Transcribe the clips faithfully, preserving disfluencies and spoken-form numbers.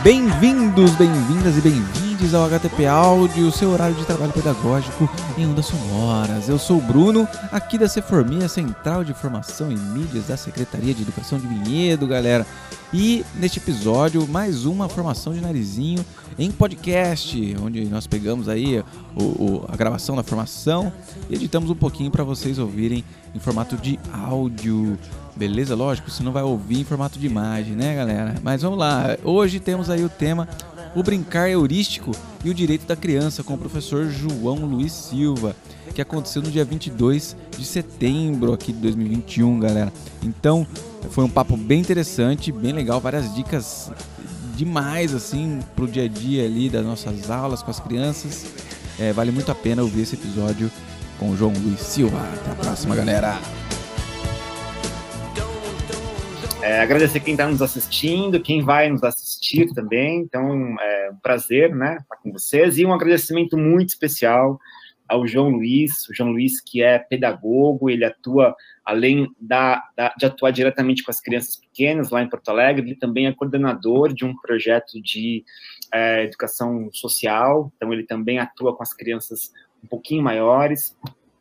Bem-vindos, bem-vindas e bem-vindes ao H T P Áudio, seu horário de trabalho pedagógico em ondas sonoras. Eu sou o Bruno, aqui da Ceformia, Central de Informação e Mídias da Secretaria de Educação de Vinhedo, galera. E neste episódio, mais uma formação de narizinho em podcast, onde nós pegamos aí o, o, a gravação da formação e editamos um pouquinho para vocês ouvirem em formato de áudio. Beleza? Lógico, você não vai ouvir em formato de imagem, né, galera? Mas vamos lá. Hoje temos aí o tema O Brincar Heurístico e o Direito da Criança com o professor João Luiz Silva, que aconteceu no dia vinte e dois de setembro aqui de dois mil e vinte e um, galera. Então, foi um papo bem interessante, bem legal, várias dicas demais, assim, pro dia a dia ali das nossas aulas com as crianças. É, vale muito a pena ouvir esse episódio com o João Luiz Silva. Até a próxima, galera! É, agradecer quem está nos assistindo, quem vai nos assistir também. Então, é um prazer, né, estar com vocês. E um agradecimento muito especial ao João Luiz. O João Luiz, que é pedagogo, ele atua, além da, da, de atuar diretamente com as crianças pequenas lá em Porto Alegre, ele também é coordenador de um projeto de é, educação social. Então, ele também atua com as crianças um pouquinho maiores.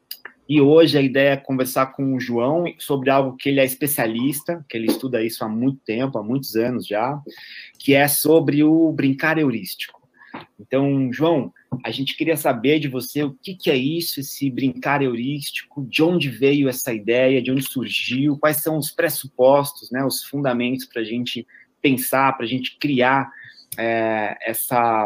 E hoje a ideia é conversar com o João sobre algo que ele é especialista, que ele estuda isso há muito tempo, há muitos anos já, que é sobre o brincar heurístico. Então, João, a gente queria saber de você o que, que é isso, esse brincar heurístico, de onde veio essa ideia, de onde surgiu, quais são os pressupostos, né, os fundamentos para a gente pensar, para a gente criar é, essa,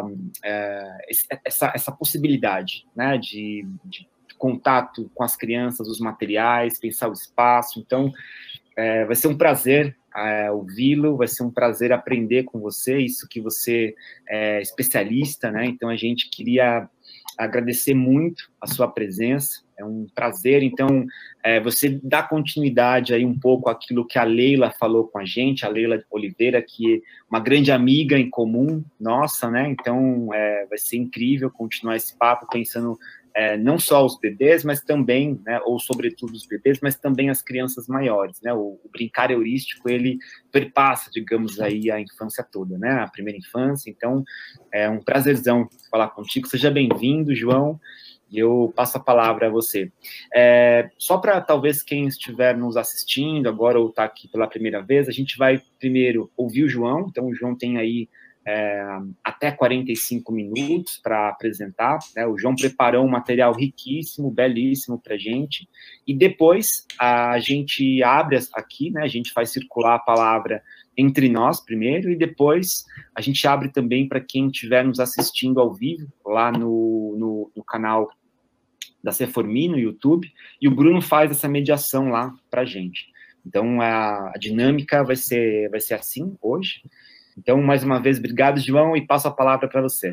é, essa, essa possibilidade, né, de, de contato com as crianças, os materiais, pensar o espaço. Então, é, vai ser um prazer é, ouvi-lo, vai ser um prazer aprender com você, isso que você é especialista, né? Então, a gente queria agradecer muito a sua presença, é um prazer. Então, é, você dá continuidade aí um pouco àquilo que a Leila falou com a gente, a Leila Oliveira, que é uma grande amiga em comum nossa, né? Então, é, vai ser incrível continuar esse papo pensando É, não só os bebês, mas também, né, ou sobretudo os bebês, mas também as crianças maiores, né, o, o brincar heurístico, ele perpassa, digamos aí, a infância toda, né, a primeira infância. Então, é um prazerzão falar contigo, seja bem-vindo, João, e eu passo a palavra a você. É, só para, talvez, quem estiver nos assistindo agora ou está aqui pela primeira vez, a gente vai primeiro ouvir o João. Então, o João tem aí É, até quarenta e cinco minutos para apresentar, né? O João preparou um material riquíssimo, belíssimo para a gente, e depois a gente abre aqui, né? A gente faz circular a palavra entre nós primeiro, e depois a gente abre também para quem estiver nos assistindo ao vivo, lá no, no, no canal da Ceformi, no YouTube, e o Bruno faz essa mediação lá para a gente. Então, a, a dinâmica vai ser, vai ser assim hoje. Então, mais uma vez, obrigado, João, e passo a palavra para você.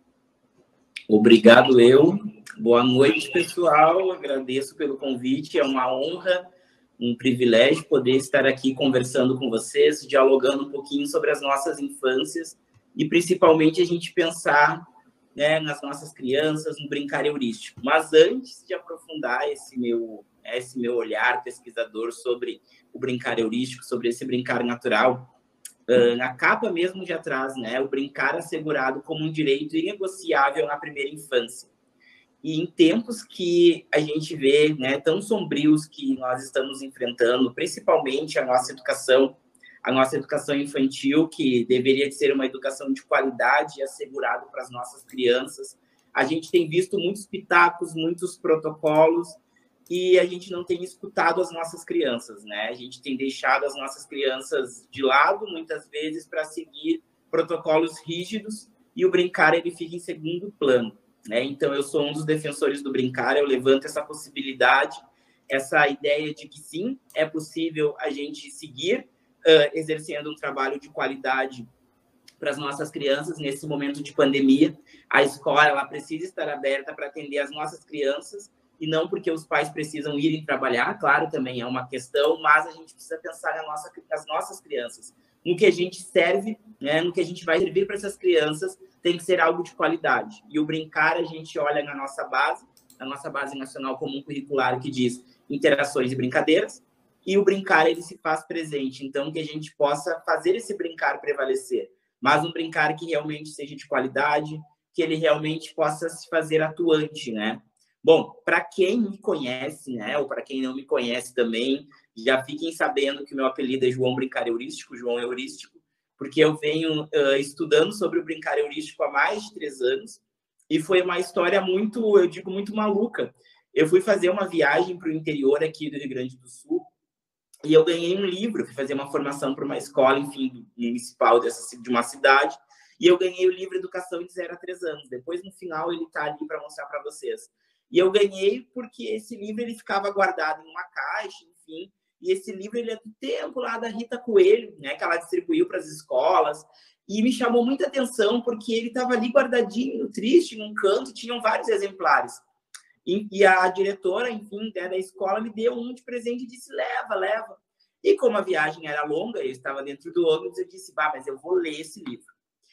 Obrigado, eu. Boa noite, pessoal. Agradeço pelo convite. É uma honra, um privilégio poder estar aqui conversando com vocês, dialogando um pouquinho sobre as nossas infâncias e, principalmente, a gente pensar, né, nas nossas crianças, no brincar heurístico. Mas antes de aprofundar esse meu, esse meu olhar pesquisador sobre o brincar heurístico, sobre esse brincar natural, Uh, a capa mesmo já traz, né, o brincar assegurado como um direito inegociável na primeira infância. E em tempos que a gente vê, né, tão sombrios que nós estamos enfrentando, principalmente a nossa educação, a nossa educação infantil, que deveria ser uma educação de qualidade e assegurado para as nossas crianças, a gente tem visto muitos pitacos, muitos protocolos, e a gente não tem escutado as nossas crianças, né? A gente tem deixado as nossas crianças de lado, muitas vezes, para seguir protocolos rígidos, e o brincar, ele fica em segundo plano, né? Então, eu sou um dos defensores do brincar, eu levanto essa possibilidade, essa ideia de que, sim, é possível a gente seguir uh, exercendo um trabalho de qualidade para as nossas crianças nesse momento de pandemia. A escola, ela precisa estar aberta para atender as nossas crianças, e não porque os pais precisam irem trabalhar, claro, também é uma questão, mas a gente precisa pensar na nossa, nas nossas crianças, no que a gente serve, né, no que a gente vai servir para essas crianças, tem que ser algo de qualidade. E o brincar, a gente olha na nossa base, na nossa base nacional comum curricular, que diz interações e brincadeiras, e o brincar, ele se faz presente, então que a gente possa fazer esse brincar prevalecer. mas um brincar que realmente seja de qualidade, que ele realmente possa se fazer atuante, né? Bom, para quem me conhece, né, ou para quem não me conhece também, já fiquem sabendo que o meu apelido é João Brincar Heurístico, João Heurístico, porque eu venho uh, estudando sobre o brincar heurístico há mais de três anos, e foi uma história muito, eu digo, muito maluca. Eu fui fazer uma viagem para o interior aqui do Rio Grande do Sul, e eu ganhei um livro, fui fazer uma formação para uma escola, enfim, municipal dessa, de uma cidade, e eu ganhei o livro Educação de zero a três anos. Depois, no final, ele está ali para mostrar para vocês. E eu ganhei porque esse livro ele ficava guardado em uma caixa, enfim, e esse livro ele é do tempo lá da Rita Coelho, né, que ela distribuiu para as escolas, e me chamou muita atenção porque ele estava ali guardadinho, triste, num canto, tinham vários exemplares. E, e a diretora, enfim, né, da escola me deu um de presente e disse, leva, leva. E como a viagem era longa, eu estava dentro do ônibus, eu disse, bah, mas eu vou ler esse livro.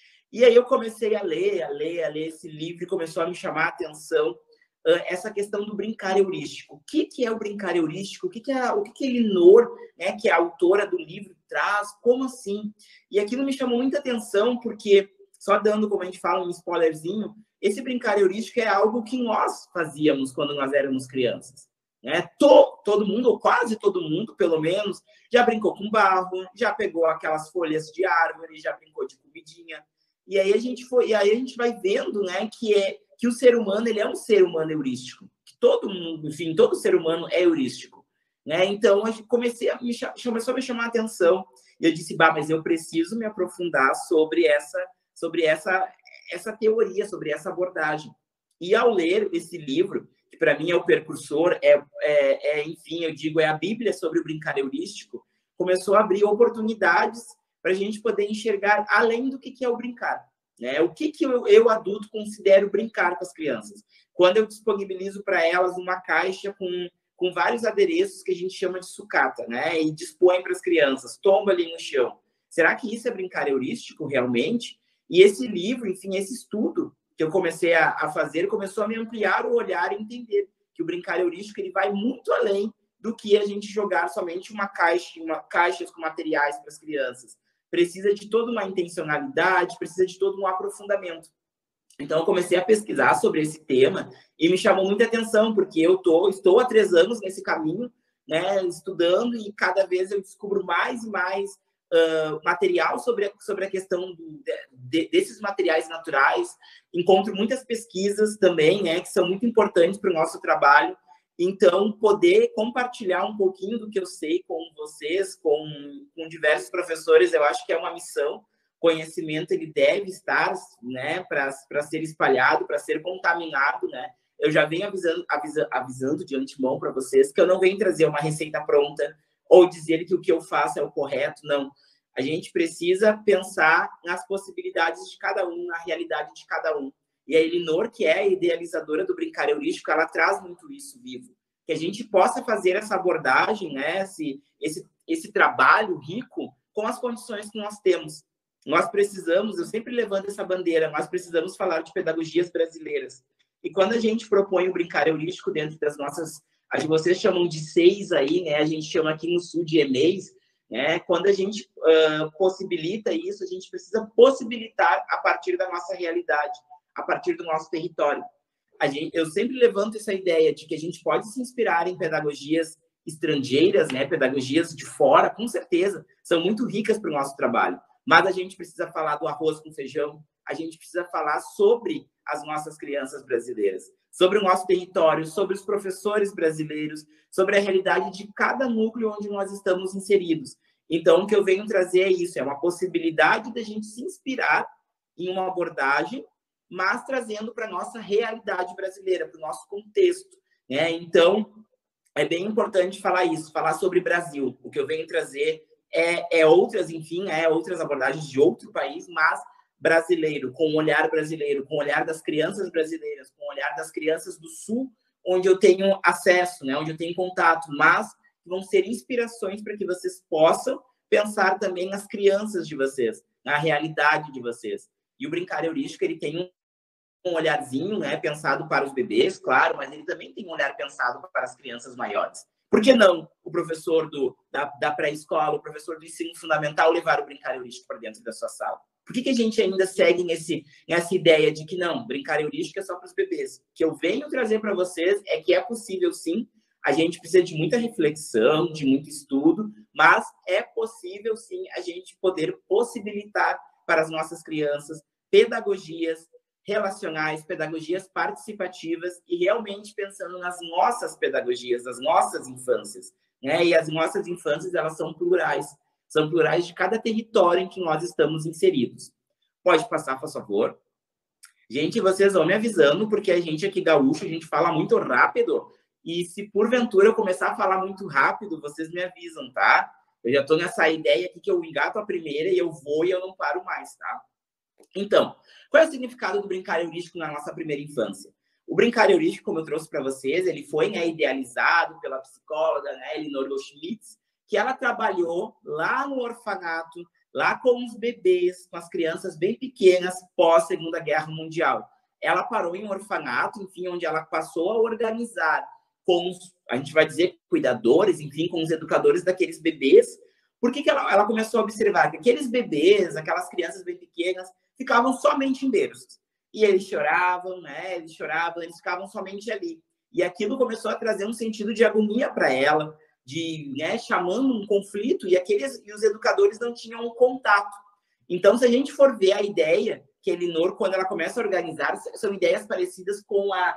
E aí eu comecei a ler, a ler, a ler esse livro, e começou a me chamar a atenção essa questão do brincar heurístico. O que, que é o brincar heurístico? O que, que, é, o que, que a Elinor, né, que é a autora do livro, traz? Como assim? E aquilo me chamou muita atenção, porque, só dando, como a gente fala, um spoilerzinho, esse brincar heurístico é algo que nós fazíamos quando nós éramos crianças. Né? To, todo mundo, ou quase todo mundo, pelo menos, já brincou com barro, já pegou aquelas folhas de árvore, já brincou de comidinha. E aí a gente, foi, e aí a gente vai vendo, né, que é que o ser humano ele é um ser humano heurístico, que todo mundo, enfim, todo ser humano é heurístico, né? Então eu comecei a me começou a me chamar a atenção e eu disse, bah, mas eu preciso me aprofundar sobre essa, sobre essa, essa teoria, sobre essa abordagem. E ao ler esse livro, que para mim é o precursor, é, é, é, enfim, eu digo, é a Bíblia sobre o brincar heurístico, começou a abrir oportunidades para a gente poder enxergar além do que é o brincar. Né? O que, que eu, eu, adulto, considero brincar com as crianças? Quando eu disponibilizo para elas uma caixa com, com vários adereços que a gente chama de sucata, né? E dispõe para as crianças, tomba ali no chão. Será que isso é brincar heurístico realmente? E esse livro, enfim, esse estudo que eu comecei a, a fazer, começou a me ampliar o olhar e entender que o brincar heurístico ele vai muito além do que a gente jogar somente uma caixa, uma, caixas com materiais para as crianças. Precisa de toda uma intencionalidade, precisa de todo um aprofundamento. Então, eu comecei a pesquisar sobre esse tema e me chamou muita atenção, porque eu tô, estou há três anos nesse caminho, né, estudando, e cada vez eu descubro mais e mais uh, material sobre a, sobre a questão do, de, desses materiais naturais. Encontro muitas pesquisas também, né, que são muito importantes para o nosso trabalho. Então, poder compartilhar um pouquinho do que eu sei com vocês, com, com diversos professores, eu acho que é uma missão. Conhecimento ele deve estar, né, para ser espalhado, para ser contaminado, né? Eu já venho avisando, avisa, avisando de antemão para vocês que eu não venho trazer uma receita pronta ou dizer que o que eu faço é o correto, não. A gente precisa pensar nas possibilidades de cada um, na realidade de cada um. E a Elinor, que é a idealizadora do brincar heurístico, ela traz muito isso vivo. Que a gente possa fazer essa abordagem, né, esse, esse, esse trabalho rico com as condições que nós temos. Nós precisamos, eu sempre levanto essa bandeira, nós precisamos falar de pedagogias brasileiras. E quando a gente propõe o brincar heurístico dentro das nossas, as que vocês chamam de seis aí, né, a gente chama aqui no sul de E M E Is, né, quando a gente uh, possibilita isso, a gente precisa possibilitar a partir da nossa realidade, a partir do nosso território. A gente, eu sempre levanto essa ideia de que a gente pode se inspirar em pedagogias estrangeiras, né, pedagogias de fora, com certeza, são muito ricas para o nosso trabalho. Mas a gente precisa falar do arroz com feijão, a gente precisa falar sobre as nossas crianças brasileiras, sobre o nosso território, sobre os professores brasileiros, sobre a realidade de cada núcleo onde nós estamos inseridos. Então, o que eu venho trazer é isso, é uma possibilidade da gente se inspirar em uma abordagem, mas trazendo para a nossa realidade brasileira, para o nosso contexto, né? Então, é bem importante falar isso, falar sobre Brasil. O que eu venho trazer é, é outras, enfim, é outras abordagens de outro país, mas brasileiro, com o olhar brasileiro, com o olhar das crianças brasileiras, com o olhar das crianças do Sul, onde eu tenho acesso, né? Onde eu tenho contato, mas vão ser inspirações para que vocês possam pensar também nas crianças de vocês, na realidade de vocês. E o brincar heurístico, ele tem um um olharzinho, né, pensado para os bebês, claro, mas ele também tem um olhar pensado para as crianças maiores. Por que não o professor do, da, da pré-escola, o professor do ensino fundamental levar o brincar heurístico para dentro da sua sala? Por que, que a gente ainda segue nesse, nessa ideia de que não, brincar heurístico é só para os bebês? O que eu venho trazer para vocês é que é possível sim, a gente precisa de muita reflexão, de muito estudo, mas é possível sim a gente poder possibilitar para as nossas crianças pedagogias relacionais, pedagogias participativas e realmente pensando nas nossas pedagogias, das nossas infâncias, né? E as nossas infâncias, elas são plurais. São plurais de cada território em que nós estamos inseridos. Pode passar, por favor. Gente, vocês vão me avisando, porque a gente aqui gaúcho, a gente fala muito rápido, e se porventura eu começar a falar muito rápido, vocês me avisam, tá? Eu já estou nessa ideia aqui que eu engato a primeira e eu vou e eu não paro mais, tá? Então, qual é o significado do brincar heurístico na nossa primeira infância? O brincar heurístico, como eu trouxe para vocês, ele foi, né, idealizado pela psicóloga, né, Elinor Goldschmidt, que ela trabalhou lá no orfanato, lá com os bebês, com as crianças bem pequenas, pós-Segunda Guerra Mundial. Ela parou em um orfanato, enfim, onde ela passou a organizar com os, a gente vai dizer, cuidadores, enfim, com os educadores daqueles bebês. Por que que ela, ela começou a observar que aqueles bebês, aquelas crianças bem pequenas, ficavam somente em berços. E eles choravam, né? Eles choravam, eles ficavam somente ali. E aquilo começou a trazer um sentido de agonia para ela, de, né, chamando um conflito, e aqueles e os educadores não tinham um contato. Então, se a gente for ver a ideia que a Elinor, quando ela começa a organizar, são ideias parecidas com a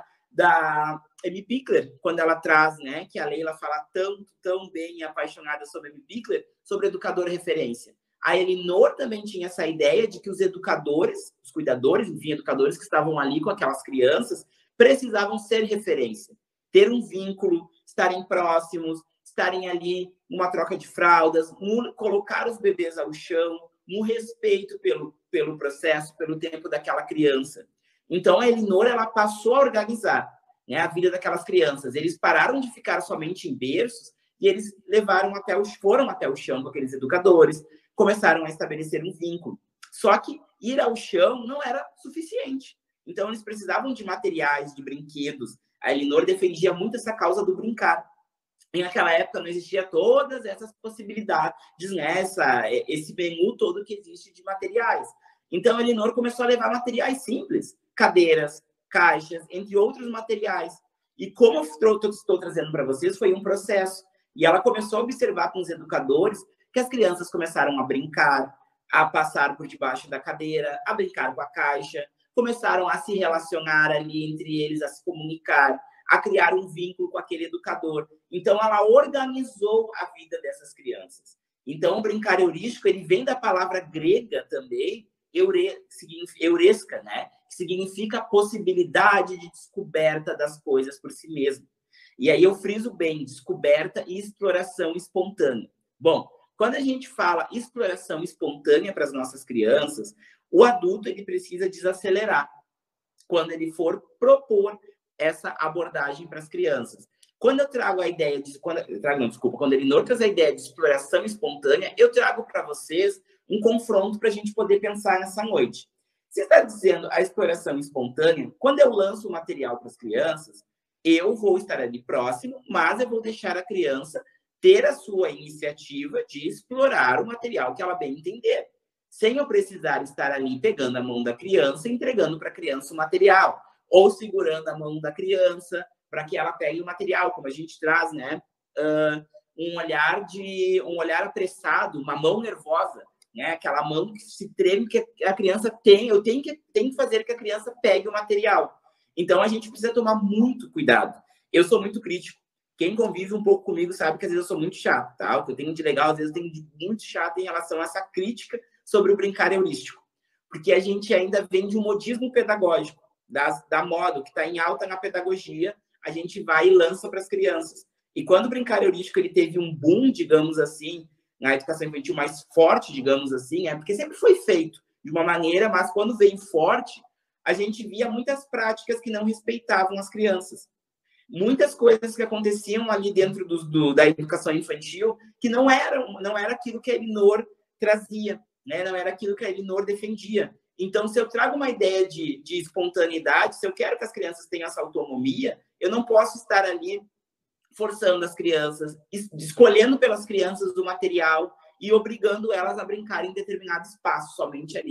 da Amy Pickler, quando ela traz, né, que a Leila fala tão, tão bem e apaixonada sobre a Amy Pickler, sobre educador referência. A Elinor também tinha essa ideia de que os educadores, os cuidadores, enfim, educadores que estavam ali com aquelas crianças, precisavam ser referência, ter um vínculo, estarem próximos, estarem ali numa troca de fraldas, no, colocar os bebês ao chão, no respeito pelo, pelo processo, pelo tempo daquela criança. Então, a Elinor, ela passou a organizar, né, a vida daquelas crianças. Eles pararam de ficar somente em berços e eles levaram até os, foram até o chão com aqueles educadores, começaram a estabelecer um vínculo. Só que ir ao chão não era suficiente. Então, eles precisavam de materiais, de brinquedos. A Elinor defendia muito essa causa do brincar. E naquela época não existia todas essas possibilidades, né, essa, esse menu todo que existe de materiais. Então, a Elinor começou a levar materiais simples, cadeiras, caixas, entre outros materiais. E como eu estou trazendo para vocês, foi um processo. E ela começou a observar com os educadores que as crianças começaram a brincar, a passar por debaixo da cadeira, a brincar com a caixa, começaram a se relacionar ali entre eles, a se comunicar, a criar um vínculo com aquele educador. Então, ela organizou a vida dessas crianças. Então, o brincar heurístico, ele vem da palavra grega também, eure, euresca, né? Que significa possibilidade de descoberta das coisas por si mesmo. E aí eu friso bem, descoberta e exploração espontânea. Bom, quando a gente fala exploração espontânea para as nossas crianças, o adulto ele precisa desacelerar quando ele for propor essa abordagem para as crianças. Quando eu trago a ideia de... Quando, eu trago, não, desculpa. Quando a Elinor traz a ideia de exploração espontânea, eu trago para vocês um confronto para a gente poder pensar nessa noite. Você está dizendo a exploração espontânea, quando eu lanço o material para as crianças, eu vou estar ali próximo, mas eu vou deixar a criança ter a sua iniciativa de explorar o material que ela bem entender, sem eu precisar estar ali pegando a mão da criança e entregando para a criança o material, ou segurando a mão da criança para que ela pegue o material, como a gente traz, né? Uh, um olhar de um olhar apressado, uma mão nervosa, né? Aquela mão que se treme que a criança tem, eu tenho que, tenho que fazer que a criança pegue o material. Então, a gente precisa tomar muito cuidado. Eu sou muito crítico. Quem convive um pouco comigo sabe que às vezes eu sou muito chato, tá? O que eu tenho de legal, às vezes eu tenho de muito chato em relação a essa crítica sobre o brincar heurístico. Porque a gente ainda vem de um modismo pedagógico, das, da moda, que está em alta na pedagogia, a gente vai e lança para as crianças. E quando o brincar heurístico ele teve um boom, digamos assim, na educação infantil mais forte, digamos assim, é porque sempre foi feito de uma maneira, mas quando veio forte, a gente via muitas práticas que não respeitavam as crianças. Muitas coisas que aconteciam ali dentro do, do, da educação infantil que não eram, não era aquilo que a Elinor trazia, né? Não era aquilo que a Elinor defendia. Então, se eu trago uma ideia de, de espontaneidade, se eu quero que as crianças tenham essa autonomia, eu não posso estar ali forçando as crianças, escolhendo pelas crianças o material e obrigando elas a brincar em determinado espaço, somente ali.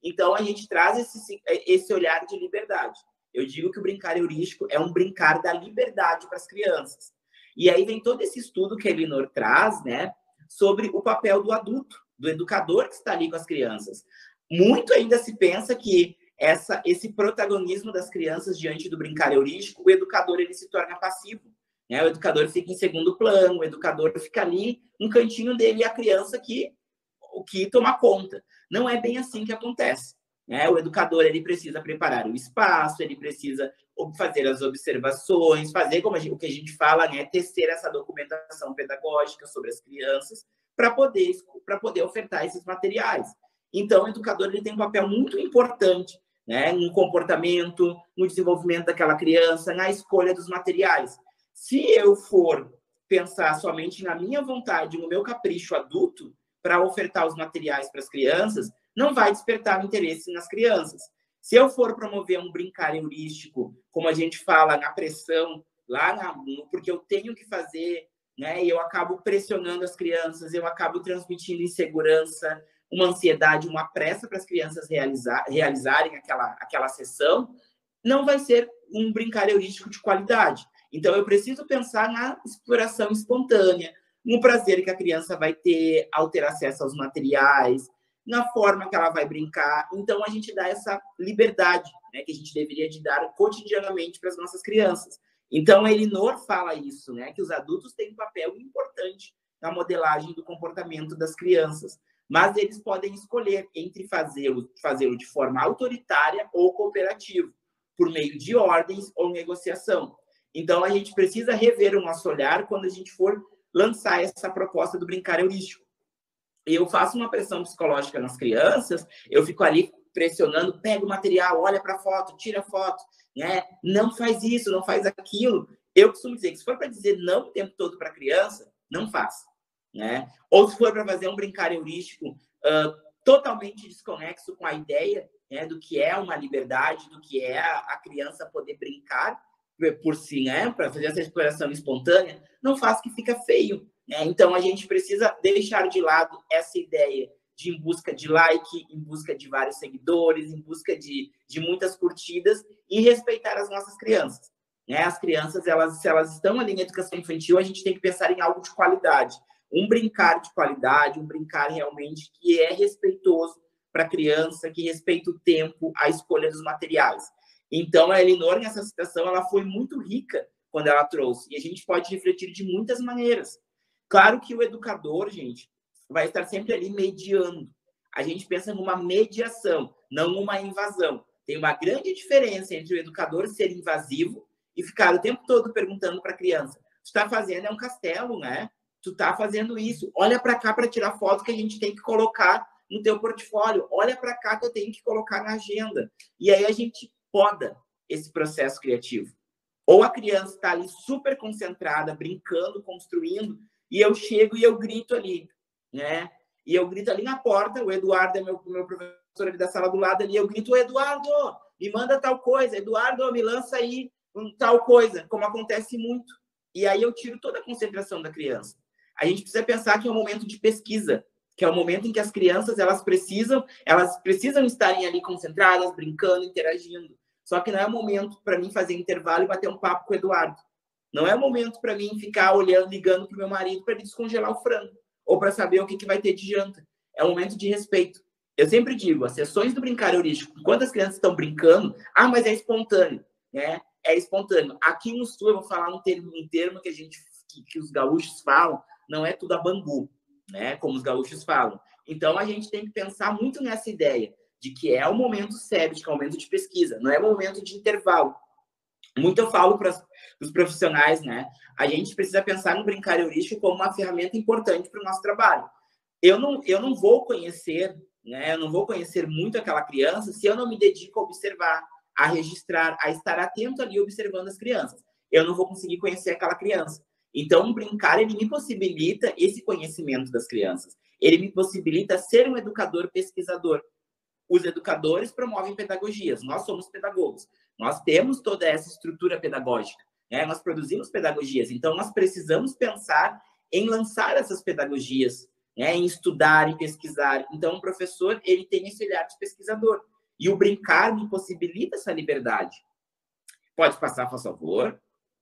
Então, a gente traz esse, esse olhar de liberdade. Eu digo que o brincar heurístico é um brincar da liberdade para as crianças. E aí vem todo esse estudo que a Elinor traz, né, sobre o papel do adulto, do educador que está ali com as crianças. Muito ainda se pensa que essa, esse protagonismo das crianças diante do brincar heurístico, o educador ele se torna passivo. Né? O educador fica em segundo plano, o educador fica ali, um cantinho dele, e a criança que, que toma conta. Não é bem assim que acontece. Né? O educador ele precisa preparar o espaço, ele precisa fazer as observações, fazer como a gente, o que a gente fala, né? Tecer essa documentação pedagógica sobre as crianças para poder, para poder ofertar esses materiais. Então, o educador ele tem um papel muito importante, né? No comportamento, no desenvolvimento daquela criança, na escolha dos materiais. Se eu for pensar somente na minha vontade, no meu capricho adulto, para ofertar os materiais para as crianças, não vai despertar o interesse nas crianças. Se eu for promover um brincar heurístico, como a gente fala, na pressão, lá na, no, porque eu tenho que fazer, né, e eu acabo pressionando as crianças, eu acabo transmitindo insegurança, uma ansiedade, uma pressa para as crianças realizar, realizarem aquela, aquela sessão, não vai ser um brincar heurístico de qualidade. Então, eu preciso pensar na exploração espontânea, no prazer que a criança vai ter ao ter acesso aos materiais, na forma que ela vai brincar. Então, a gente dá essa liberdade, né, que a gente deveria de dar cotidianamente para as nossas crianças. Então, a Elinor fala isso, né, que os adultos têm um papel importante na modelagem do comportamento das crianças, mas eles podem escolher entre fazê-lo fazê-lo de forma autoritária ou cooperativa, por meio de ordens ou negociação. Então, a gente precisa rever o nosso olhar quando a gente for lançar essa proposta do brincar heurístico. Eu faço uma pressão psicológica nas crianças, eu fico ali pressionando, pega o material, olha para a foto, tira a foto, né? Não faz isso, não faz aquilo. Eu costumo dizer que se for para dizer não o tempo todo para a criança, não faz. Né? Ou se for para fazer um brincar heurístico uh, totalmente desconexo com a ideia, né, do que é uma liberdade, do que é a, a criança poder brincar por si, né, para fazer essa exploração espontânea, não faz, que fica feio. Né? Então, a gente precisa deixar de lado essa ideia de em busca de like, em busca de vários seguidores, em busca de, de muitas curtidas, e respeitar as nossas crianças. Né? As crianças, elas, se elas estão ali em educação infantil, a gente tem que pensar em algo de qualidade. Um brincar de qualidade, um brincar realmente que é respeitoso para a criança, que respeita o tempo, a escolha dos materiais. Então, a Elinor, nessa citação, ela foi muito rica quando ela trouxe. E a gente pode refletir de muitas maneiras. Claro que o educador, gente, vai estar sempre ali mediando. A gente pensa numa mediação, não numa invasão. Tem uma grande diferença entre o educador ser invasivo e ficar o tempo todo perguntando para a criança: tu está fazendo é um castelo, né? Tu está fazendo isso. Olha para cá para tirar foto que a gente tem que colocar no teu portfólio. Olha para cá que eu tenho que colocar na agenda. E aí a gente poda esse processo criativo. Ou a criança está ali super concentrada, brincando, construindo, e eu chego e eu grito ali, né? E eu grito ali na porta, o Eduardo é meu, meu professor ali da sala do lado ali, eu grito: Eduardo, me manda tal coisa, Eduardo, me lança aí um, tal coisa, como acontece muito. E aí eu tiro toda a concentração da criança. A gente precisa pensar que é um momento de pesquisa, que é o momento em que as crianças elas precisam, elas precisam estarem ali concentradas, brincando, interagindo. Só que não é o momento para mim fazer intervalo e bater um papo com o Eduardo. Não é o momento para mim ficar olhando, ligando para o meu marido para ele descongelar o frango, ou para saber o que, que vai ter de janta. É um momento de respeito. Eu sempre digo, as sessões do brincar heurístico, enquanto as crianças estão brincando, ah, mas é espontâneo, né? É espontâneo. Aqui no Sul, eu vou falar um termo, um termo que a gente, que, que os gaúchos falam, não é tudo a bangu, né? Como os gaúchos falam. Então, a gente tem que pensar muito nessa ideia de que é o momento séptico, é o momento de pesquisa, não é o momento de intervalo. Muito eu falo para os profissionais, né? A gente precisa pensar no brincar heurístico como uma ferramenta importante para o nosso trabalho. Eu não, eu não vou conhecer, né? Eu não vou conhecer muito aquela criança se eu não me dedico a observar, a registrar, a estar atento ali observando as crianças. Eu não vou conseguir conhecer aquela criança. Então, o brincar, ele me possibilita esse conhecimento das crianças. Ele me possibilita ser um educador pesquisador. Os educadores promovem pedagogias. Nós somos pedagogos. Nós temos toda essa estrutura pedagógica. Né? Nós produzimos pedagogias. Então, nós precisamos pensar em lançar essas pedagogias né, em estudar e pesquisar. Então, o professor, ele tem esse olhar de pesquisador. E o brincar me possibilita essa liberdade. Pode passar, por favor.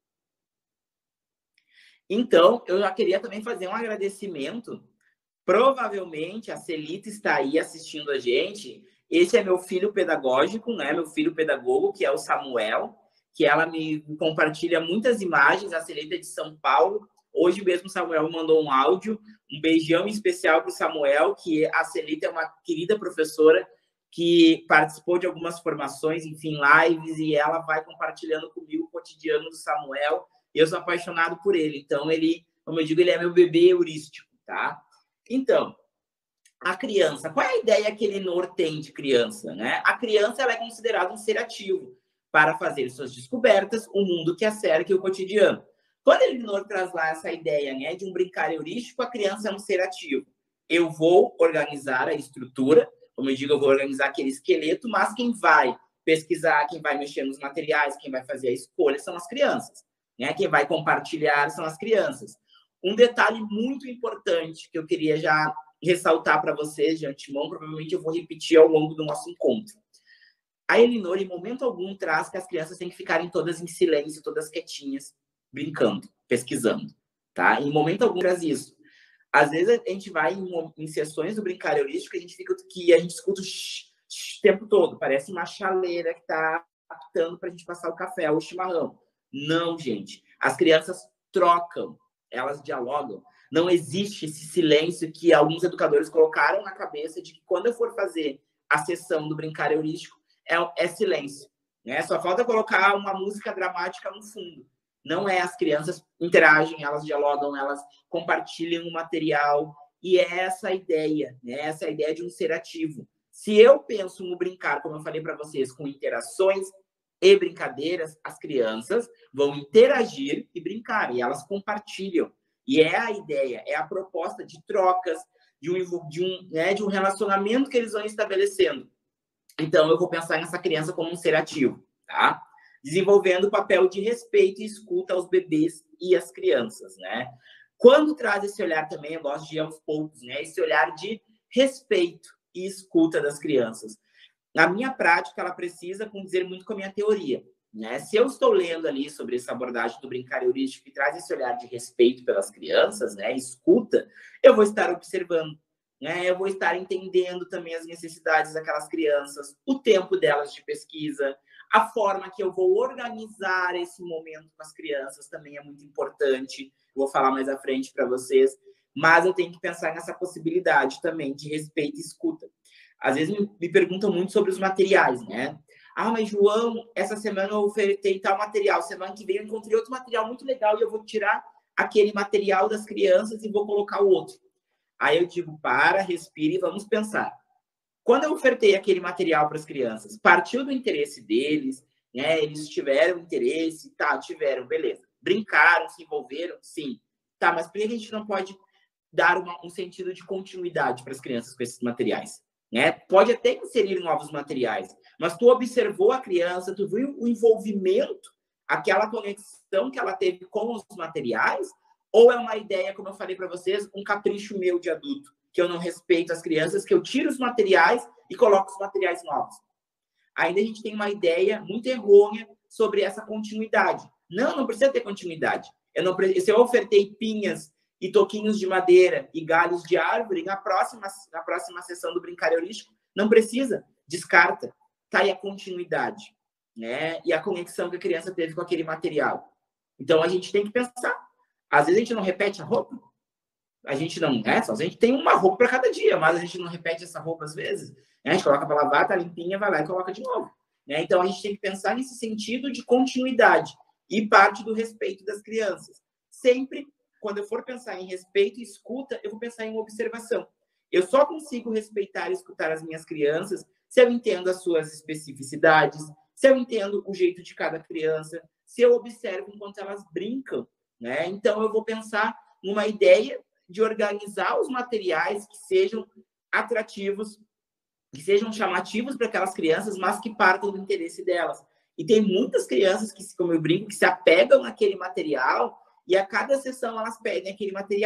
Então, eu já queria também fazer um agradecimento. Provavelmente, a Celita está aí assistindo a gente. Esse é meu filho pedagógico, né? Meu filho pedagogo, que é o Samuel, que ela me compartilha muitas imagens. A Celita é de São Paulo. Hoje mesmo o Samuel mandou um áudio. Um beijão especial para o Samuel, que a Celita é uma querida professora que participou de algumas formações, enfim, lives, e ela vai compartilhando comigo o cotidiano do Samuel. Eu sou apaixonado por ele. Então, ele, como eu digo, ele é meu bebê heurístico, tá? Então, a criança, qual é a ideia que Elinor tem de criança, né? A criança, ela é considerada um ser ativo para fazer suas descobertas, o mundo que a cerca e o cotidiano. Quando Elinor traz lá essa ideia, né, de um brincar heurístico, a criança é um ser ativo. Eu vou organizar a estrutura, como eu digo, eu vou organizar aquele esqueleto, mas quem vai pesquisar, quem vai mexer nos materiais, quem vai fazer a escolha são as crianças, né? Quem vai compartilhar são as crianças. Um detalhe muito importante que eu queria já ressaltar para vocês de antemão, provavelmente eu vou repetir ao longo do nosso encontro. A Elinor, em momento algum, traz que as crianças têm que ficarem todas em silêncio, todas quietinhas, brincando, pesquisando, tá? Em momento algum traz isso. Às vezes a gente vai em, em sessões do brincar heurístico, a gente fica que a gente escuta o shh, shh, o tempo todo, parece uma chaleira que está apitando para a gente passar o café ou o chimarrão. Não, gente. As crianças trocam, elas dialogam. Não existe esse silêncio que alguns educadores colocaram na cabeça de que quando eu for fazer a sessão do brincar heurístico, é, é silêncio, né? Só falta colocar uma música dramática no fundo. Não é, as crianças interagem, elas dialogam, elas compartilham o material. E é essa a ideia, né? Essa é a ideia de um ser ativo. Se eu penso no brincar, como eu falei para vocês, com interações e brincadeiras, as crianças vão interagir e brincar, e elas compartilham. E é a ideia, é a proposta de trocas, de um, de um, né, de um relacionamento que eles vão estabelecendo. Então, eu vou pensar nessa criança como um ser ativo, tá? Desenvolvendo o papel de respeito e escuta aos bebês e às crianças, né? Quando traz esse olhar também, eu gosto de ir aos poucos, né? Esse olhar de respeito e escuta das crianças. Na minha prática, ela precisa condizer muito com a minha teoria, né? Se eu estou lendo ali sobre essa abordagem do brincar heurístico que traz esse olhar de respeito pelas crianças, né? Escuta, eu vou estar observando, né? Eu vou estar entendendo também as necessidades daquelas crianças, o tempo delas de pesquisa, a forma que eu vou organizar esse momento com as crianças também é muito importante. Vou falar mais à frente para vocês, mas eu tenho que pensar nessa possibilidade também de respeito e escuta. Às vezes me, me perguntam muito sobre os materiais, né? Ah, mas João, essa semana eu ofertei tal material, semana que vem eu encontrei outro material muito legal e eu vou tirar aquele material das crianças e vou colocar o outro. Aí eu digo, para, respire e vamos pensar. Quando eu ofertei aquele material para as crianças, partiu do interesse deles, né? Eles tiveram interesse, tá, tiveram, beleza. Brincaram, se envolveram, sim. Tá, mas por que a gente não pode dar uma, um sentido de continuidade para as crianças com esses materiais? Né? Pode até inserir novos materiais, mas tu observou a criança, tu viu o envolvimento, aquela conexão que ela teve com os materiais, ou é uma ideia, como eu falei para vocês, um capricho meu de adulto, que eu não respeito as crianças, que eu tiro os materiais e coloco os materiais novos. Ainda a gente tem uma ideia muito errônea sobre essa continuidade. Não, não precisa ter continuidade. Eu não, se eu ofertei pinhas e toquinhos de madeira e galhos de árvore, na próxima, na próxima sessão do brincar heurístico, não precisa, descarta. Tá aí a continuidade, né? E a conexão que a criança teve com aquele material. Então, a gente tem que pensar. Às vezes, a gente não repete a roupa. A gente não, é, só a gente tem uma roupa para cada dia, mas a gente não repete essa roupa às vezes. Né? A gente coloca para lavar, tá limpinha, vai lá e coloca de novo. Né? Então, a gente tem que pensar nesse sentido de continuidade e parte do respeito das crianças. Sempre, quando eu for pensar em respeito e escuta, eu vou pensar em observação. Eu só consigo respeitar e escutar as minhas crianças se eu entendo as suas especificidades, se eu entendo o jeito de cada criança, se eu observo enquanto elas brincam. Né? Então, eu vou pensar numa ideia de organizar os materiais que sejam atrativos, que sejam chamativos para aquelas crianças, mas que partam do interesse delas. E tem muitas crianças que, como eu brinco, que se apegam naquele material e a cada sessão elas pedem aquele material.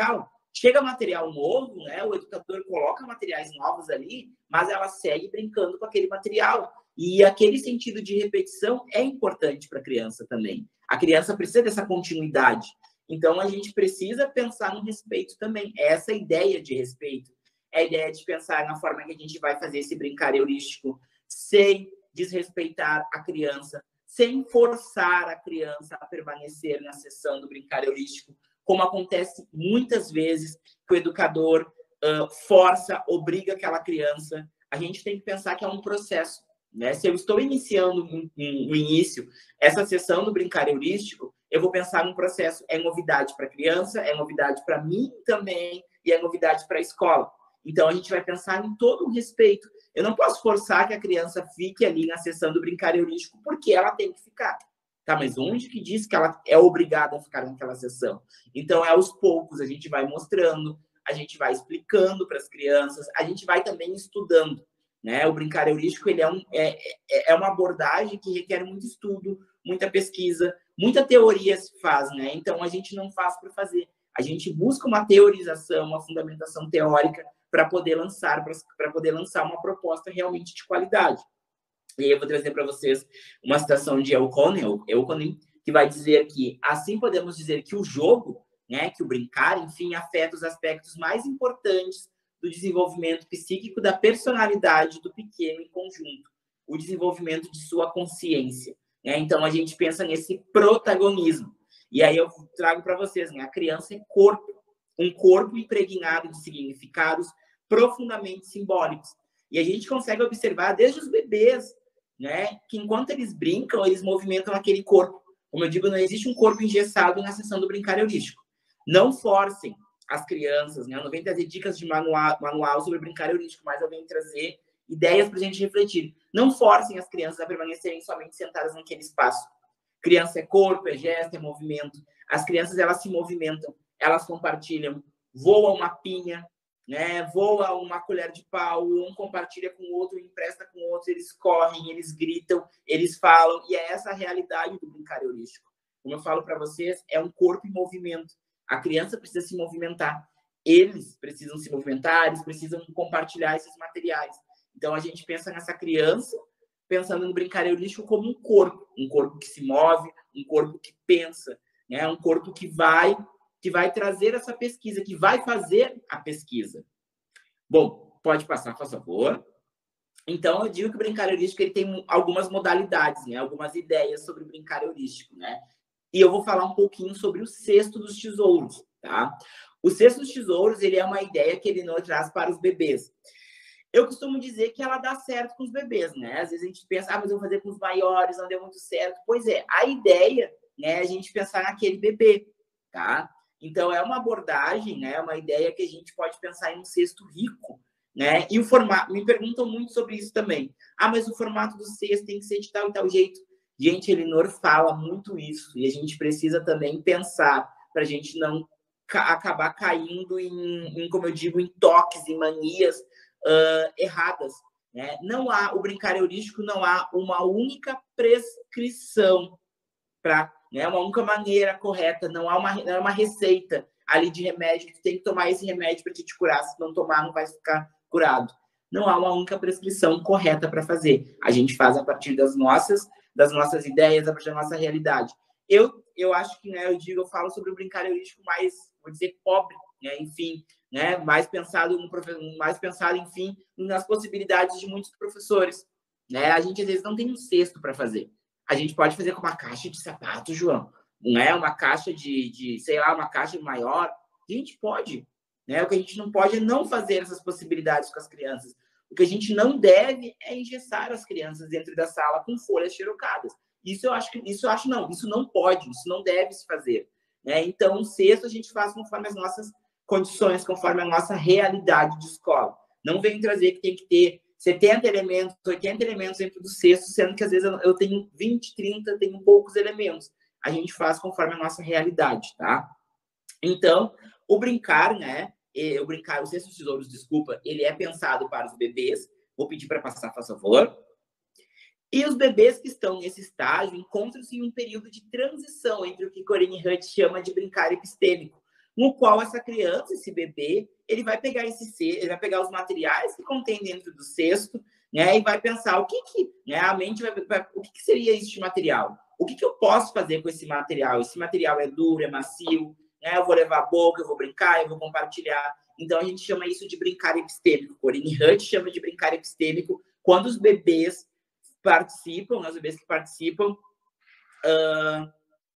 Chega material novo, né? O educador coloca materiais novos ali, mas ela segue brincando com aquele material. E aquele sentido de repetição é importante para a criança também. A criança precisa dessa continuidade. Então, a gente precisa pensar no respeito também. Essa ideia de respeito é a ideia de pensar na forma que a gente vai fazer esse brincar heurístico sem desrespeitar a criança, sem forçar a criança a permanecer na sessão do brincar heurístico, como acontece muitas vezes que o educador uh, força, obriga aquela criança. A gente tem que pensar que é um processo, né? Se eu estou iniciando no início essa sessão do brincar heurístico, eu vou pensar num processo. É novidade para a criança, é novidade para mim também, e é novidade para a escola. Então, a gente vai pensar em todo o respeito. Eu não posso forçar que a criança fique ali na sessão do brincar heurístico porque ela tem que ficar. Tá, mas onde que diz que ela é obrigada a ficar naquela sessão? Então, é aos poucos, a gente vai mostrando, a gente vai explicando para as crianças, a gente vai também estudando, né? O brincar heurístico, ele é, um, é, é uma abordagem que requer muito estudo, muita pesquisa, muita teoria se faz, né? Então, a gente não faz por fazer. A gente busca uma teorização, uma fundamentação teórica para poder lançar, para poder lançar uma proposta realmente de qualidade. E aí eu vou trazer para vocês uma citação de Elkonin, que vai dizer que, assim podemos dizer que o jogo, né, que o brincar, enfim, afeta os aspectos mais importantes do desenvolvimento psíquico da personalidade do pequeno em conjunto, o desenvolvimento de sua consciência. Né? Então, a gente pensa nesse protagonismo. E aí eu trago para vocês, né, a criança é corpo, um corpo impregnado de significados profundamente simbólicos. E a gente consegue observar desde os bebês, né, que enquanto eles brincam, eles movimentam aquele corpo. Como eu digo, não existe um corpo engessado na sessão do brincar heurístico. Não forcem as crianças, né? Eu não venho trazer dicas de manual, manual sobre brincar heurístico, mas eu venho trazer ideias para a gente refletir. Não forcem as crianças a permanecerem somente sentadas naquele espaço. Criança é corpo, é gesto, é movimento. As crianças, elas se movimentam, elas compartilham, voa uma pinha, né? Voa uma colher de pau, um compartilha com o outro, empresta com o outro, eles correm, eles gritam, eles falam, e é essa a realidade do brincar heurístico. Como eu falo para vocês, é um corpo em movimento. A criança precisa se movimentar, eles precisam se movimentar, eles precisam compartilhar esses materiais. Então, a gente pensa nessa criança, pensando no brincar heurístico como um corpo, um corpo que se move, um corpo que pensa, né? Um corpo que vai... que vai trazer essa pesquisa, que vai fazer a pesquisa. Bom, pode passar, por favor. Então, eu digo que o brincar heurístico ele tem algumas modalidades, né? Algumas ideias sobre o brincar heurístico, né? E eu vou falar um pouquinho sobre o cesto dos tesouros, tá? O cesto dos tesouros, ele é uma ideia que ele não traz para os bebês. Eu costumo dizer que ela dá certo com os bebês, né? Às vezes a gente pensa, ah, mas eu vou fazer com os maiores, não deu muito certo. Pois é, a ideia, né, é a gente pensar naquele bebê, tá? Então, é uma abordagem, né, uma ideia que a gente pode pensar em um cesto rico, né? E o formato, me perguntam muito sobre isso também. Ah, mas o formato do cesto tem que ser de tal e tal jeito. Gente, Elinor fala muito isso, e a gente precisa também pensar para a gente não ca acabar caindo em, em, como eu digo, em toques, em manias uh, erradas, né? Não há, o brincar heurístico não há uma única prescrição para, né, uma única maneira correta, não há uma, não é uma receita ali de remédio, que tu tem que tomar esse remédio para te, te curar, se não tomar não vai ficar curado. Não há uma única prescrição correta para fazer. A gente faz a partir das nossas, das nossas ideias, a partir da nossa realidade. Eu, eu acho que, né, eu digo, eu falo sobre o brincar heurístico mais, vou dizer, pobre, né, enfim, né, mais pensado, no, mais pensado, enfim, nas possibilidades de muitos professores, né? A gente às vezes não tem um cesto para fazer. A gente pode fazer com uma caixa de sapato, João. Não é uma caixa de, de, sei lá, uma caixa maior. A gente pode. Né? O que a gente não pode é não fazer essas possibilidades com as crianças. O que a gente não deve é engessar as crianças dentro da sala com folhas xerocadas. Isso eu acho que isso eu acho não. Isso não pode, isso não deve se fazer. Né? Então, o cesto a gente faz conforme as nossas condições, conforme a nossa realidade de escola. Não vem trazer que tem que ter setenta elementos, oitenta elementos dentro do cesto, sendo que às vezes eu tenho vinte, trinta, tenho poucos elementos. A gente faz conforme a nossa realidade, tá? Então, o brincar, né? O brincar, o cesto dos tesouros, desculpa, ele é pensado para os bebês. Vou pedir para passar, por favor. E os bebês que estão nesse estágio encontram-se em um período de transição entre o que Corinne Hutt chama de brincar epistêmico, no qual essa criança, esse bebê, ele vai pegar esse cesto, ele vai pegar os materiais que contém dentro do cesto, né, e vai pensar o que que, né, a mente vai, vai o que, que seria este material? O que que eu posso fazer com esse material? Esse material é duro, é macio, né, eu vou levar a boca, eu vou brincar, eu vou compartilhar. Então, a gente chama isso de brincar epistêmico. Corinne Hut chama de brincar epistêmico quando os bebês participam, né, os bebês que participam uh,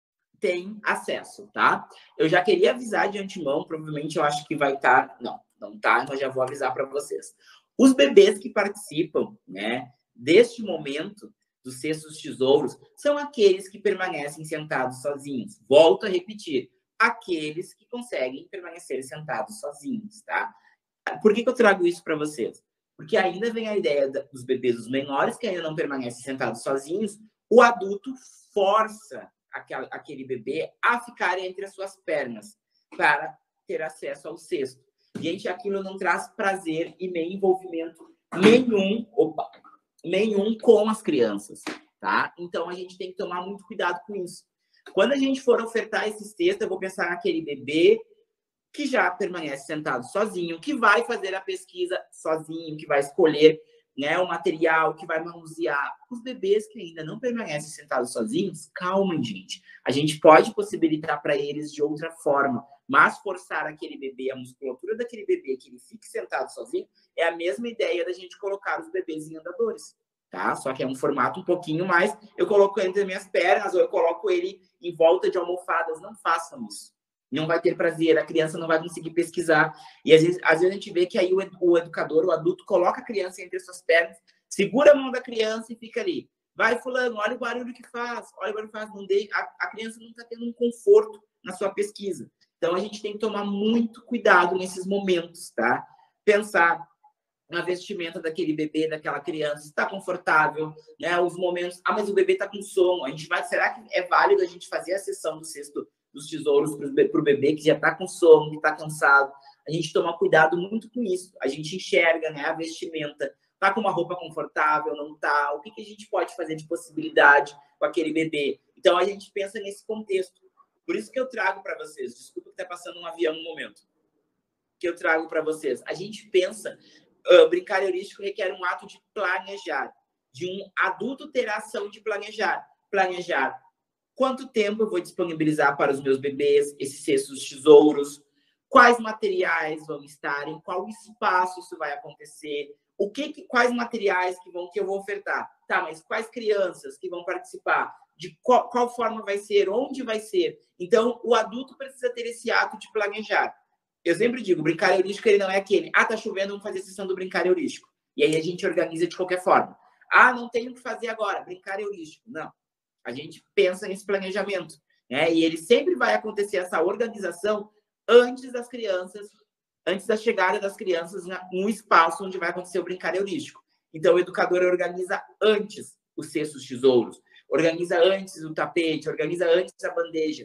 têm acesso, tá? Eu já queria avisar de antemão, provavelmente eu acho que vai estar... Tá, não, não tá, mas já vou avisar para vocês. Os bebês que participam, né, deste momento dos cestos tesouros são aqueles que permanecem sentados sozinhos. Volto a repetir, aqueles que conseguem permanecer sentados sozinhos, tá? Por que que eu trago isso para vocês? Porque ainda vem a ideia dos bebês, os menores, que ainda não permanecem sentados sozinhos, o adulto força aquele, aquele bebê a ficar entre as suas pernas para ter acesso ao cesto. Gente, aquilo não traz prazer e nem envolvimento nenhum, opa, nenhum com as crianças, tá? Então, a gente tem que tomar muito cuidado com isso. Quando a gente for ofertar esse cesto, eu vou pensar naquele bebê que já permanece sentado sozinho, que vai fazer a pesquisa sozinho, que vai escolher, né, o material, que vai manusear. Os bebês que ainda não permanecem sentados sozinhos, calma, gente. A gente pode possibilitar para eles de outra forma, mas forçar aquele bebê, a musculatura daquele bebê, que ele fique sentado sozinho, é a mesma ideia da gente colocar os bebês em andadores, tá? Só que é um formato um pouquinho mais, eu coloco ele entre as minhas pernas, ou eu coloco ele em volta de almofadas. Não façam isso. Não vai ter prazer, a criança não vai conseguir pesquisar. E às vezes, às vezes a gente vê que aí o, o educador, o adulto, coloca a criança entre as suas pernas, segura a mão da criança e fica ali. Vai, fulano, olha o barulho que faz, olha o barulho que faz. Não dê, a, a criança não está tendo um conforto na sua pesquisa. Então, a gente tem que tomar muito cuidado nesses momentos, tá? Pensar na vestimenta daquele bebê, daquela criança, está confortável, né? Os momentos... Ah, mas o bebê está com sono. A gente vai... Será que é válido a gente fazer a sessão do cesto dos tesouros para o bebê que já está com sono, que está cansado? A gente toma cuidado muito com isso. A gente enxerga, né, a vestimenta. Está com uma roupa confortável, não está? O que, que a gente pode fazer de possibilidade com aquele bebê? Então, a gente pensa nesse contexto. Por isso que eu trago para vocês, desculpa que está passando um avião no momento, que eu trago para vocês. A gente pensa, uh, brincar heurístico requer um ato de planejar, de um adulto ter a ação de planejar. Planejar quanto tempo eu vou disponibilizar para os meus bebês, esses cestos tesouros, quais materiais vão estar, em qual espaço isso vai acontecer, o que, que, quais materiais que, vão, que eu vou ofertar. Tá, mas quais crianças que vão participar? De qual, qual forma vai ser, onde vai ser. Então, o adulto precisa ter esse ato de planejar. Eu sempre digo, o brincar heurístico ele não é aquele, ah, tá chovendo, vamos fazer a sessão do brincar heurístico. E aí a gente organiza de qualquer forma. Ah, não tenho o que fazer agora, brincar heurístico. Não. A gente pensa nesse planejamento, né? E ele sempre vai acontecer essa organização antes das crianças, antes da chegada das crianças num espaço onde vai acontecer o brincar heurístico. Então, o educador organiza antes os cestos tesouros, organiza antes o tapete, organiza antes a bandeja,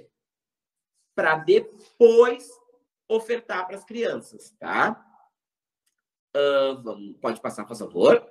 para depois ofertar para as crianças, tá? Uh, vamos, pode passar, por favor.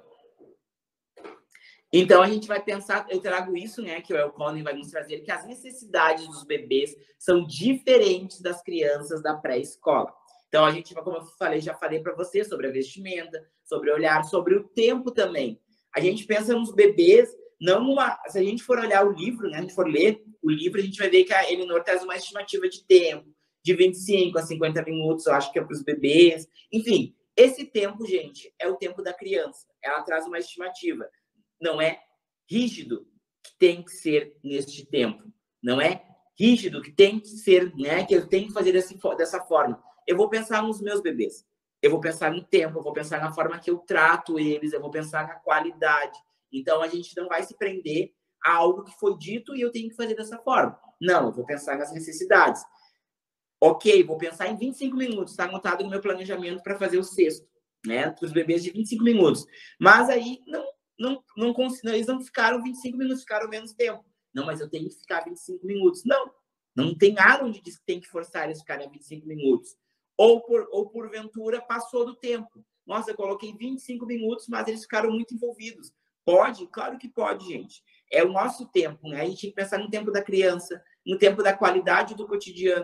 Então, a gente vai pensar, eu trago isso, né, que o Elconin vai nos trazer, que as necessidades dos bebês são diferentes das crianças da pré-escola. Então, a gente, como eu falei, já falei para você sobre a vestimenta, sobre olhar, sobre o tempo também. A gente pensa nos bebês, não uma... Se a gente for olhar o livro, né, a gente for ler o livro, a gente vai ver que a Elinor traz uma estimativa de tempo, de vinte e cinco a cinquenta minutos, eu acho que é para os bebês. Enfim, esse tempo, gente, é o tempo da criança. Ela traz uma estimativa. Não é rígido que tem que ser neste tempo. Não é rígido que tem que ser, né? Que eu tenho que fazer desse, dessa forma. Eu vou pensar nos meus bebês. Eu vou pensar no tempo, eu vou pensar na forma que eu trato eles, eu vou pensar na qualidade. Então, a gente não vai se prender a algo que foi dito e eu tenho que fazer dessa forma. Não, eu vou pensar nas necessidades. Ok, vou pensar em vinte e cinco minutos. Está anotado no meu planejamento para fazer o cesto, né? Para os bebês de vinte e cinco minutos. Mas aí, não Não, não, não, eles não ficaram vinte e cinco minutos, ficaram menos tempo. Não, mas eu tenho que ficar vinte e cinco minutos. Não, não tem nada onde diz que tem que forçar eles a ficarem vinte e cinco minutos. Ou, por, ou porventura, passou do tempo. Nossa, eu coloquei vinte e cinco minutos, mas eles ficaram muito envolvidos. Pode? Claro que pode, gente. É o nosso tempo, né? A gente tem que pensar no tempo da criança, no tempo da qualidade do cotidiano.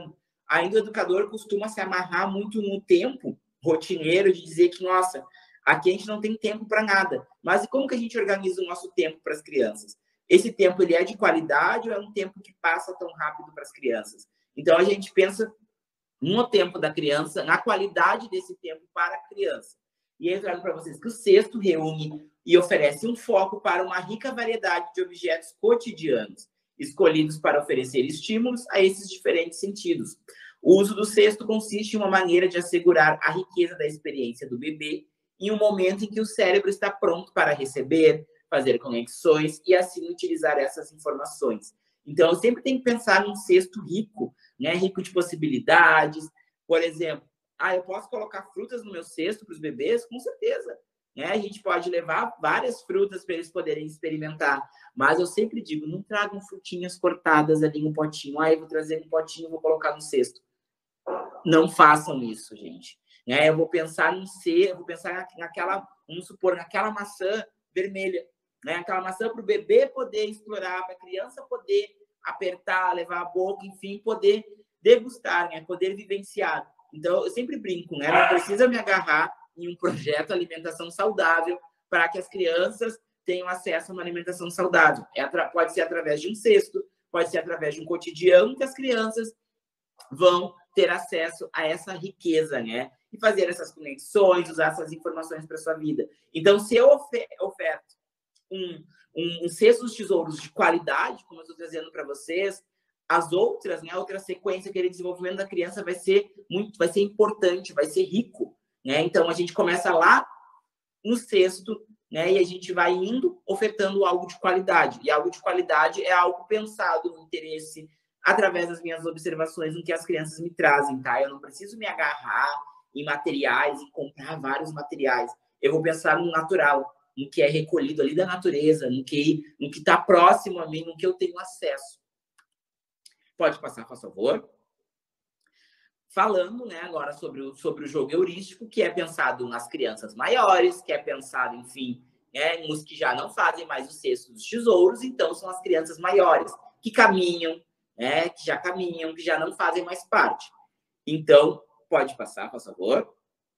Ainda o educador costuma se amarrar muito no tempo rotineiro de dizer que, nossa, aqui a gente não tem tempo para nada. Mas e como que a gente organiza o nosso tempo para as crianças? Esse tempo ele é de qualidade ou é um tempo que passa tão rápido para as crianças? Então, a gente pensa no tempo da criança, na qualidade desse tempo para a criança. E aí eu trago para vocês que o sexto reúne e oferece um foco para uma rica variedade de objetos cotidianos, escolhidos para oferecer estímulos a esses diferentes sentidos. O uso do cesto consiste em uma maneira de assegurar a riqueza da experiência do bebê em um momento em que o cérebro está pronto para receber, fazer conexões e assim utilizar essas informações. Então, eu sempre tenho que pensar num cesto rico, né? Rico de possibilidades. Por exemplo, ah, eu posso colocar frutas no meu cesto para os bebês? Com certeza. Né? A gente pode levar várias frutas para eles poderem experimentar. Mas eu sempre digo, não tragam frutinhas cortadas ali no potinho. Ah, eu vou trazer um potinho e vou colocar no cesto. Não façam isso, gente. Né? Eu vou pensar num ser, eu vou pensar naquela, vamos supor, naquela maçã vermelha. Né? Aquela maçã para o bebê poder explorar, para a criança poder apertar, levar a boca, enfim, poder degustar, né? Poder vivenciar. Então, eu sempre brinco, né? Não precisa me agarrar em um projeto alimentação saudável para que as crianças tenham acesso a uma alimentação saudável. É, pode ser através de um cesto, pode ser através de um cotidiano que as crianças vão ter acesso a essa riqueza, né? E fazer essas conexões, usar essas informações para a sua vida. Então, se eu oferto um, um, um cesto dos tesouros de qualidade, como eu estou trazendo para vocês, as outras, né, a outra sequência, aquele desenvolvimento da criança vai ser muito, vai ser importante, vai ser rico, né? Então, a gente começa lá no cesto, né, e a gente vai indo ofertando algo de qualidade. E algo de qualidade é algo pensado no interesse, através das minhas observações, no que as crianças me trazem, tá? Eu não preciso me agarrar em materiais e comprar vários materiais. Eu vou pensar no natural, no que é recolhido ali da natureza, no que no que está próximo a mim, no que eu tenho acesso. Pode passar, por favor. Falando, né, agora sobre o, sobre o jogo heurístico, que é pensado nas crianças maiores, que é pensado, enfim, né, nos que já não fazem mais o cesto dos tesouros, então são as crianças maiores, que caminham, né, que já caminham, que já não fazem mais parte. Então, pode passar, por favor.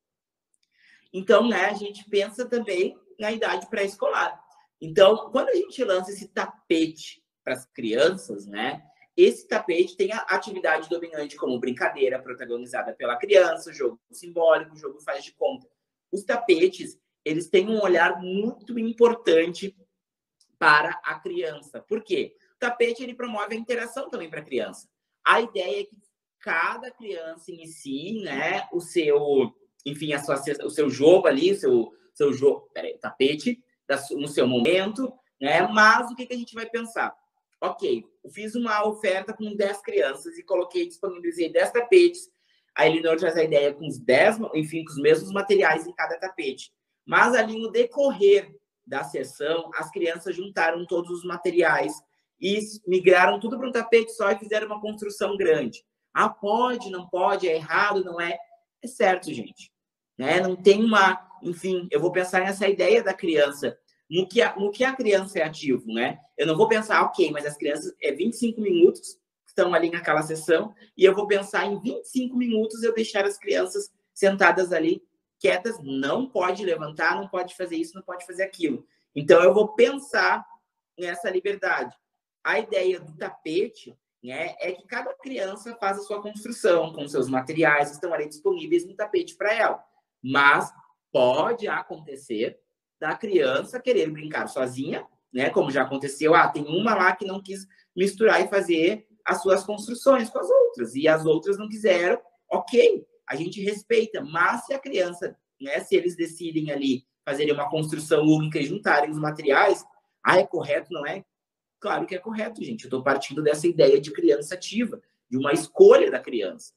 Então, né, a gente pensa também na idade pré-escolar. Então, quando a gente lança esse tapete para as crianças, né, esse tapete tem a atividade dominante como brincadeira protagonizada pela criança, jogo simbólico, jogo faz de conta. Os tapetes, eles têm um olhar muito importante para a criança. Por quê? O tapete, ele promove a interação também para a criança. A ideia é que cada criança inicie, né, o seu, enfim, a sua, o seu jogo ali, o seu, seu jogo, peraí, tapete, no seu momento, né? Mas o que, que a gente vai pensar? Ok, eu fiz uma oferta com dez crianças e coloquei, disponibilizei dez tapetes. A Elinor traz a ideia com os dez, enfim, com os mesmos materiais em cada tapete. Mas ali no decorrer da sessão, as crianças juntaram todos os materiais e migraram tudo para um tapete só e fizeram uma construção grande. Ah, pode, não pode, é errado, não é? É certo, gente. Né? Não tem uma... Enfim, eu vou pensar nessa ideia da criança, no que a, no que a criança é ativo, né? Eu não vou pensar, ok, mas as crianças é vinte e cinco minutos que estão ali naquela sessão e eu vou pensar em vinte e cinco minutos eu deixar as crianças sentadas ali quietas, não pode levantar, não pode fazer isso, não pode fazer aquilo. Então, eu vou pensar nessa liberdade. A ideia do tapete, né, é que cada criança faz a sua construção com seus materiais, estão ali disponíveis no tapete para ela. Mas pode acontecer da criança querer brincar sozinha, né, como já aconteceu. Ah, tem uma lá que não quis misturar e fazer as suas construções com as outras, e as outras não quiseram, ok, a gente respeita, mas se a criança, né, se eles decidem ali fazerem uma construção única e juntarem os materiais, ah, é correto, não é? Claro que é correto, gente. Eu estou partindo dessa ideia de criança ativa, de uma escolha da criança.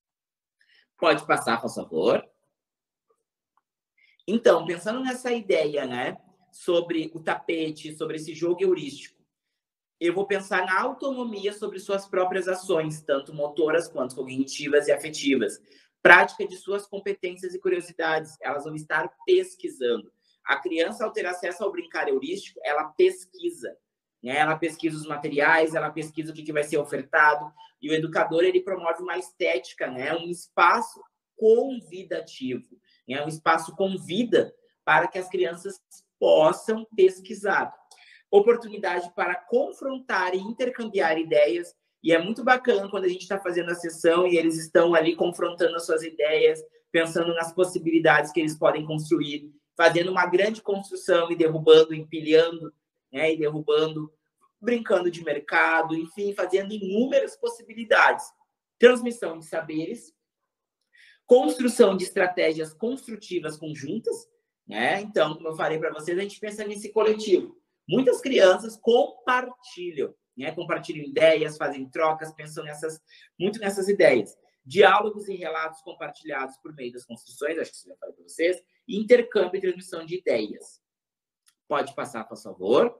Pode passar, por favor. Então, pensando nessa ideia, né, sobre o tapete, sobre esse jogo heurístico, eu vou pensar na autonomia sobre suas próprias ações, tanto motoras quanto cognitivas e afetivas. Prática de suas competências e curiosidades. Elas vão estar pesquisando. A criança, ao ter acesso ao brincar heurístico, ela pesquisa. né? Ela pesquisa os materiais, ela pesquisa o que, que vai ser ofertado, e o educador ele promove uma estética, né? Um espaço convidativo, né? Um espaço com vida para que as crianças possam pesquisar. Oportunidade para confrontar e intercambiar ideias, e é muito bacana quando a gente está fazendo a sessão e eles estão ali confrontando as suas ideias, pensando nas possibilidades que eles podem construir, fazendo uma grande construção e derrubando, empilhando, né, e derrubando, brincando de mercado, enfim, fazendo inúmeras possibilidades. Transmissão de saberes, construção de estratégias construtivas conjuntas, né? Então, como eu falei para vocês, a gente pensa nesse coletivo. Muitas crianças compartilham, né? Compartilham ideias, fazem trocas, pensam nessas, muito nessas ideias. Diálogos e relatos compartilhados por meio das construções, acho que isso já falei para vocês, e intercâmbio e transmissão de ideias. Pode passar, por favor.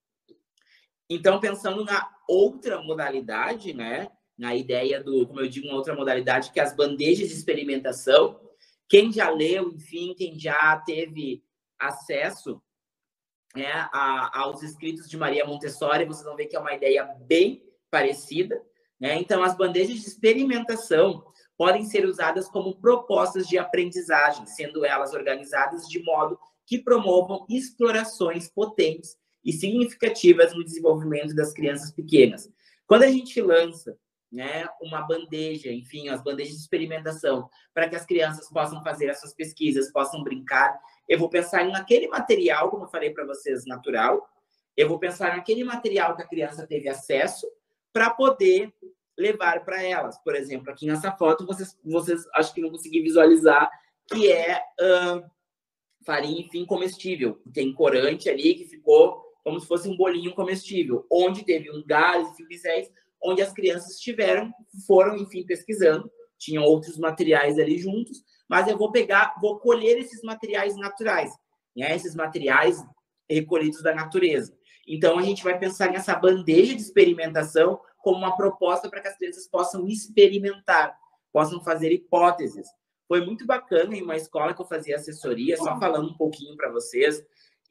Então, pensando na outra modalidade, né? Na ideia do, como eu digo, uma outra modalidade, que é as bandejas de experimentação. Quem já leu, enfim, quem já teve acesso, né, a, aos escritos de Maria Montessori, vocês vão ver que é uma ideia bem parecida, né? Então, as bandejas de experimentação podem ser usadas como propostas de aprendizagem, sendo elas organizadas de modo que promovam explorações potentes e significativas no desenvolvimento das crianças pequenas. Quando a gente lança, né, uma bandeja, enfim, as bandejas de experimentação, para que as crianças possam fazer as suas pesquisas, possam brincar, eu vou pensar naquele material, como eu falei para vocês, natural, eu vou pensar naquele material que a criança teve acesso para poder levar para elas. Por exemplo, aqui nessa foto, vocês, vocês acho que não consegui visualizar, que é uh, farinha, enfim, comestível. Tem corante ali que ficou como se fosse um bolinho comestível, onde teve um galhos e pincéis, onde as crianças tiveram, foram, enfim, pesquisando, tinham outros materiais ali juntos, mas eu vou pegar, vou colher esses materiais naturais, né? Esses materiais recolhidos da natureza. Então, a gente vai pensar nessa bandeja de experimentação como uma proposta para que as crianças possam experimentar, possam fazer hipóteses. Foi muito bacana em uma escola que eu fazia assessoria, só falando um pouquinho para vocês,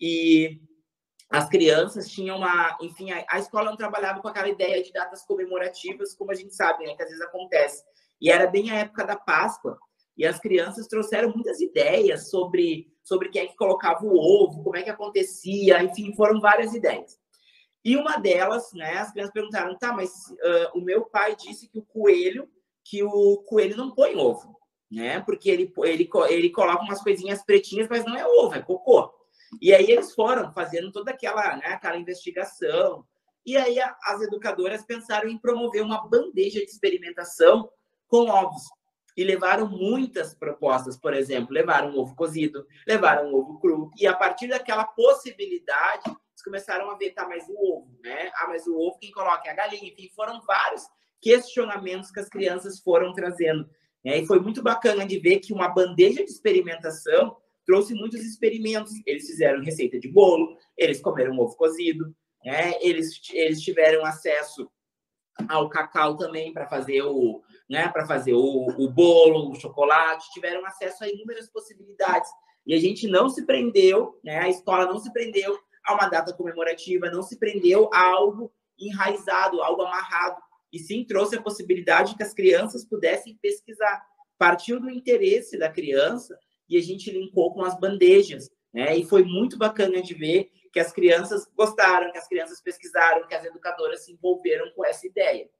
e as crianças tinham uma... Enfim, a, a escola não trabalhava com aquela ideia de datas comemorativas, como a gente sabe, né, que às vezes acontece. E era bem a época da Páscoa, e as crianças trouxeram muitas ideias sobre, sobre quem é que colocava o ovo, como é que acontecia, enfim, foram várias ideias. E uma delas, né, as crianças perguntaram, tá, mas uh, o meu pai disse que o coelho, que o coelho não põe ovo, né, porque ele, ele, ele coloca umas coisinhas pretinhas, mas não é ovo, é cocô. E aí eles foram fazendo toda aquela, né, aquela investigação. E aí a, as educadoras pensaram em promover uma bandeja de experimentação com ovos. E levaram muitas propostas, por exemplo, levaram um ovo cozido, levaram um ovo cru. E a partir daquela possibilidade, eles começaram a ver, tá, mas o ovo, né? Ah, mas o ovo quem coloca é a galinha. Enfim, foram vários questionamentos que as crianças foram trazendo. Né? E foi muito bacana de ver que uma bandeja de experimentação trouxe muitos experimentos. Eles fizeram receita de bolo, eles comeram ovo cozido, né? eles, eles tiveram acesso ao cacau também para fazer o, né, para fazer o, o bolo, o chocolate, tiveram acesso a inúmeras possibilidades. E a gente não se prendeu, né? A escola não se prendeu a uma data comemorativa, não se prendeu a algo enraizado, algo amarrado, e sim trouxe a possibilidade que as crianças pudessem pesquisar. Partiu do interesse da criança e a gente linkou com as bandejas, né? E foi muito bacana de ver que as crianças gostaram, que as crianças pesquisaram, que as educadoras se envolveram com essa ideia.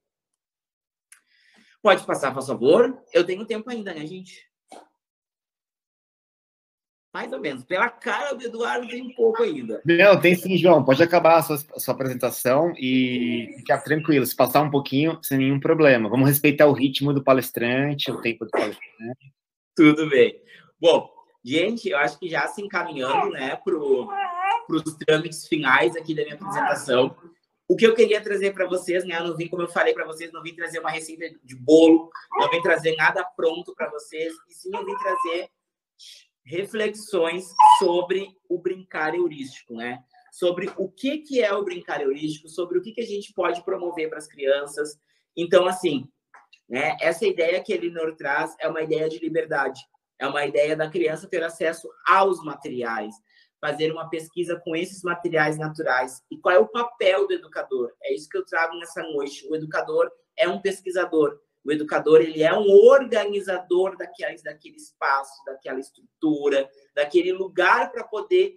Pode passar, por favor? Eu tenho tempo ainda, né, gente? Mais ou menos. Pela cara do Eduardo tem um pouco ainda. Não, tem sim, João. Pode acabar a sua, a sua apresentação e ficar tranquilo. Se passar um pouquinho, sem nenhum problema. Vamos respeitar o ritmo do palestrante, o tempo do palestrante. Tudo bem. Bom, gente, eu acho que já se encaminhando, né, para os trâmites finais aqui da minha apresentação. O que eu queria trazer para vocês, né, eu não vim, como eu falei para vocês, não vim trazer uma receita de bolo, não vim trazer nada pronto para vocês, e sim eu vim trazer reflexões sobre o brincar heurístico, né? Sobre o que, que é o brincar heurístico, sobre o que, que a gente pode promover para as crianças. Então, assim, né, essa ideia que Elinor traz é uma ideia de liberdade, é uma ideia da criança ter acesso aos materiais, fazer uma pesquisa com esses materiais naturais. E qual é o papel do educador? É isso que eu trago nessa noite. O educador é um pesquisador. O educador, ele é um organizador daquele, daquele espaço, daquela estrutura, daquele lugar para poder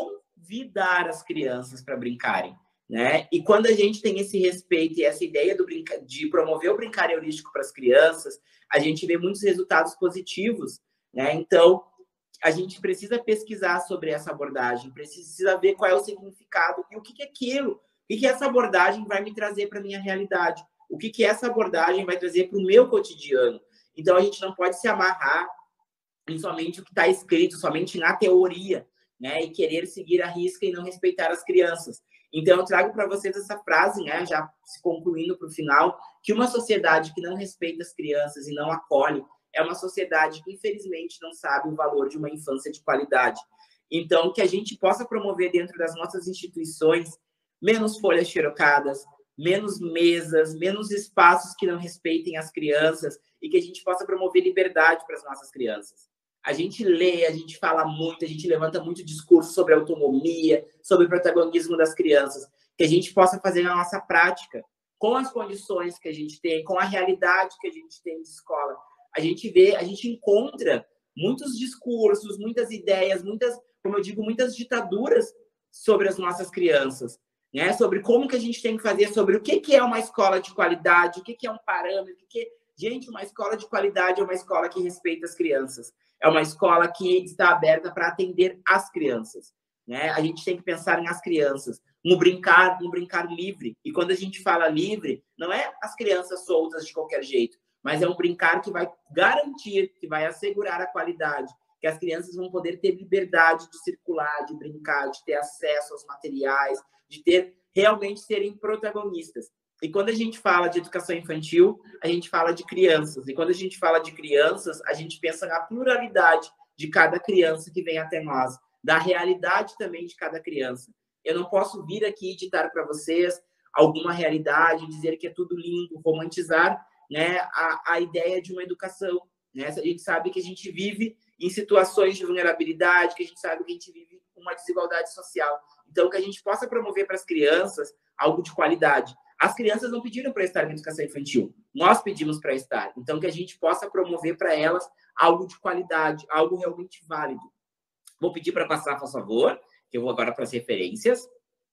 convidar as crianças para brincarem, né? E quando a gente tem esse respeito e essa ideia do brinca... de promover o brincar heurístico para as crianças, a gente vê muitos resultados positivos, né? Então, a gente precisa pesquisar sobre essa abordagem, precisa ver qual é o significado e o que é aquilo, o que essa abordagem vai me trazer para a minha realidade, o que que essa abordagem vai trazer para o meu cotidiano. Então, a gente não pode se amarrar em somente o que está escrito, somente na teoria, né? E querer seguir a risca e não respeitar as crianças. Então, eu trago para vocês essa frase, né? Já se concluindo para o final, que uma sociedade que não respeita as crianças e não acolhe é uma sociedade que, infelizmente, não sabe o valor de uma infância de qualidade. Então, que a gente possa promover dentro das nossas instituições menos folhas xerocadas, menos mesas, menos espaços que não respeitem as crianças e que a gente possa promover liberdade para as nossas crianças. A gente lê, a gente fala muito, a gente levanta muito discurso sobre autonomia, sobre o protagonismo das crianças, que a gente possa fazer na nossa prática, com as condições que a gente tem, com a realidade que a gente tem de escola. A gente vê, a gente encontra muitos discursos, muitas ideias, muitas, como eu digo, muitas ditaduras sobre as nossas crianças. Né, sobre como que a gente tem que fazer, sobre o que, que é uma escola de qualidade, o que, que é um parâmetro, o que, que... Gente, uma escola de qualidade é uma escola que respeita as crianças, é uma escola que está aberta para atender as crianças. Né? A gente tem que pensar nas crianças, no brincar, no brincar livre. E quando a gente fala livre, não é as crianças soltas de qualquer jeito, mas é um brincar que vai garantir, que vai assegurar a qualidade, que as crianças vão poder ter liberdade de circular, de brincar, de ter acesso aos materiais, de ter realmente serem protagonistas. E quando a gente fala de educação infantil, a gente fala de crianças. E quando a gente fala de crianças, a gente pensa na pluralidade de cada criança que vem até nós, da realidade também de cada criança. Eu não posso vir aqui ditar para vocês alguma realidade, dizer que é tudo lindo, romantizar, né, a, a ideia de uma educação. Né? A gente sabe que a gente vive em situações de vulnerabilidade, que a gente sabe que a gente vive uma desigualdade social. Então, que a gente possa promover para as crianças algo de qualidade. As crianças não pediram para estar na educação infantil. Nós pedimos para estar. Então, que a gente possa promover para elas algo de qualidade, algo realmente válido. Vou pedir para passar, por favor, que eu vou agora para as referências.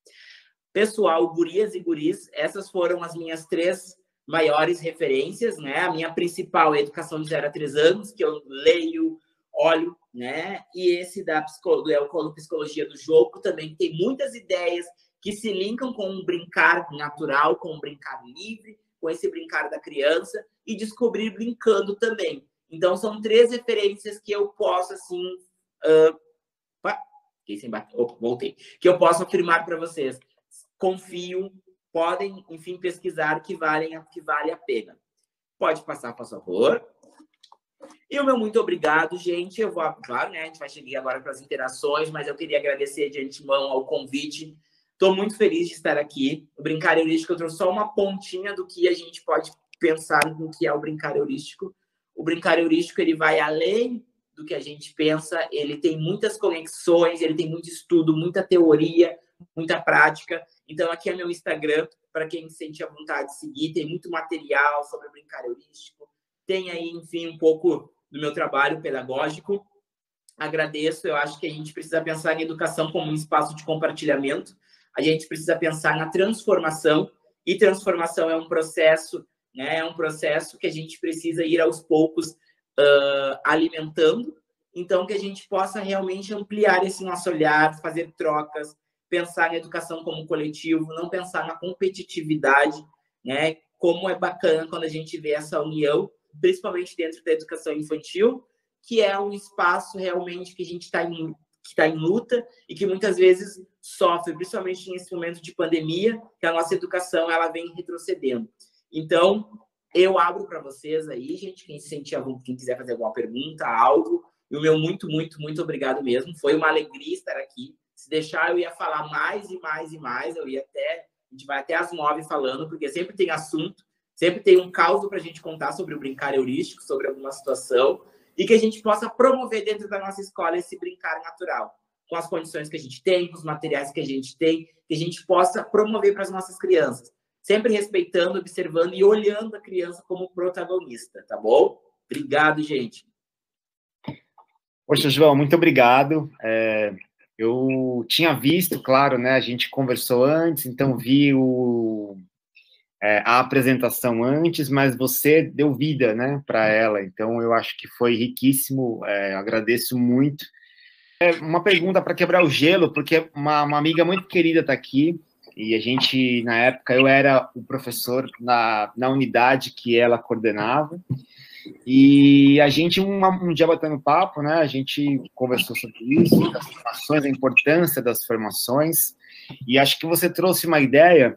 Pessoal, gurias e guris, essas foram as minhas três maiores referências, né? A minha principal é a educação de zero a três anos, que eu leio, olho, né? E esse da do Ecolopsicologia do Jogo também tem muitas ideias que se linkam com um brincar natural, com um brincar livre, com esse brincar da criança e descobrir brincando também. Então, são três referências que eu posso, assim... Uh... Opa, fiquei sem bater. Opa, voltei. Que eu posso afirmar para vocês. Confio, podem, enfim, pesquisar que, valem, que vale a pena. Pode passar, por favor. E o meu muito obrigado, gente. Eu vou, claro, né? A gente vai chegar agora para as interações, mas eu queria agradecer de antemão ao convite. Estou muito feliz de estar aqui. O Brincar Heurístico, eu trouxe só uma pontinha do que a gente pode pensar no que é o Brincar Heurístico. O Brincar Heurístico, ele vai além do que a gente pensa, ele tem muitas conexões, ele tem muito estudo, muita teoria, muita prática. Então, aqui é meu Instagram, para quem sente a vontade de seguir, tem muito material sobre o Brincar Heurístico. Tem aí, enfim, um pouco do meu trabalho pedagógico. Agradeço, eu acho que a gente precisa pensar em educação como um espaço de compartilhamento. A gente precisa pensar na transformação, e transformação é um processo, né? É um processo que a gente precisa ir aos poucos uh, alimentando. Então, que a gente possa realmente ampliar esse nosso olhar, fazer trocas, pensar na educação como coletivo, não pensar na competitividade, né? Como é bacana quando a gente vê essa união, principalmente dentro da educação infantil, que é um espaço realmente que a gente está em, que tá em luta e que muitas vezes sofre, principalmente nesse momento de pandemia, que a nossa educação ela vem retrocedendo. Então, eu abro para vocês aí, gente, quem se sentir, quem quiser fazer alguma pergunta, algo, e o meu muito, muito, muito obrigado mesmo. Foi uma alegria estar aqui. Se deixar, eu ia falar mais e mais e mais, eu ia até, a gente vai até às nove falando, porque sempre tem assunto, sempre tem um caos para a gente contar sobre o brincar heurístico, sobre alguma situação, e que a gente possa promover dentro da nossa escola esse brincar natural. com as condições que a gente tem, com os materiais que a gente tem, que a gente possa promover para as nossas crianças. Sempre respeitando, observando e olhando a criança como protagonista, tá bom? Obrigado, gente. Poxa, João, muito obrigado. É, eu tinha visto, claro, né? A gente conversou antes, então vi o, é, a apresentação antes, mas você deu vida, né, para ela. Então, eu acho que foi riquíssimo. É, agradeço muito. É uma pergunta para quebrar o gelo, porque uma, uma amiga muito querida está aqui. E a gente, na época, eu era o professor na, na unidade que ela coordenava. E a gente, um, um dia batendo papo, né, a gente conversou sobre isso, as formações, a importância das formações, e acho que você trouxe uma ideia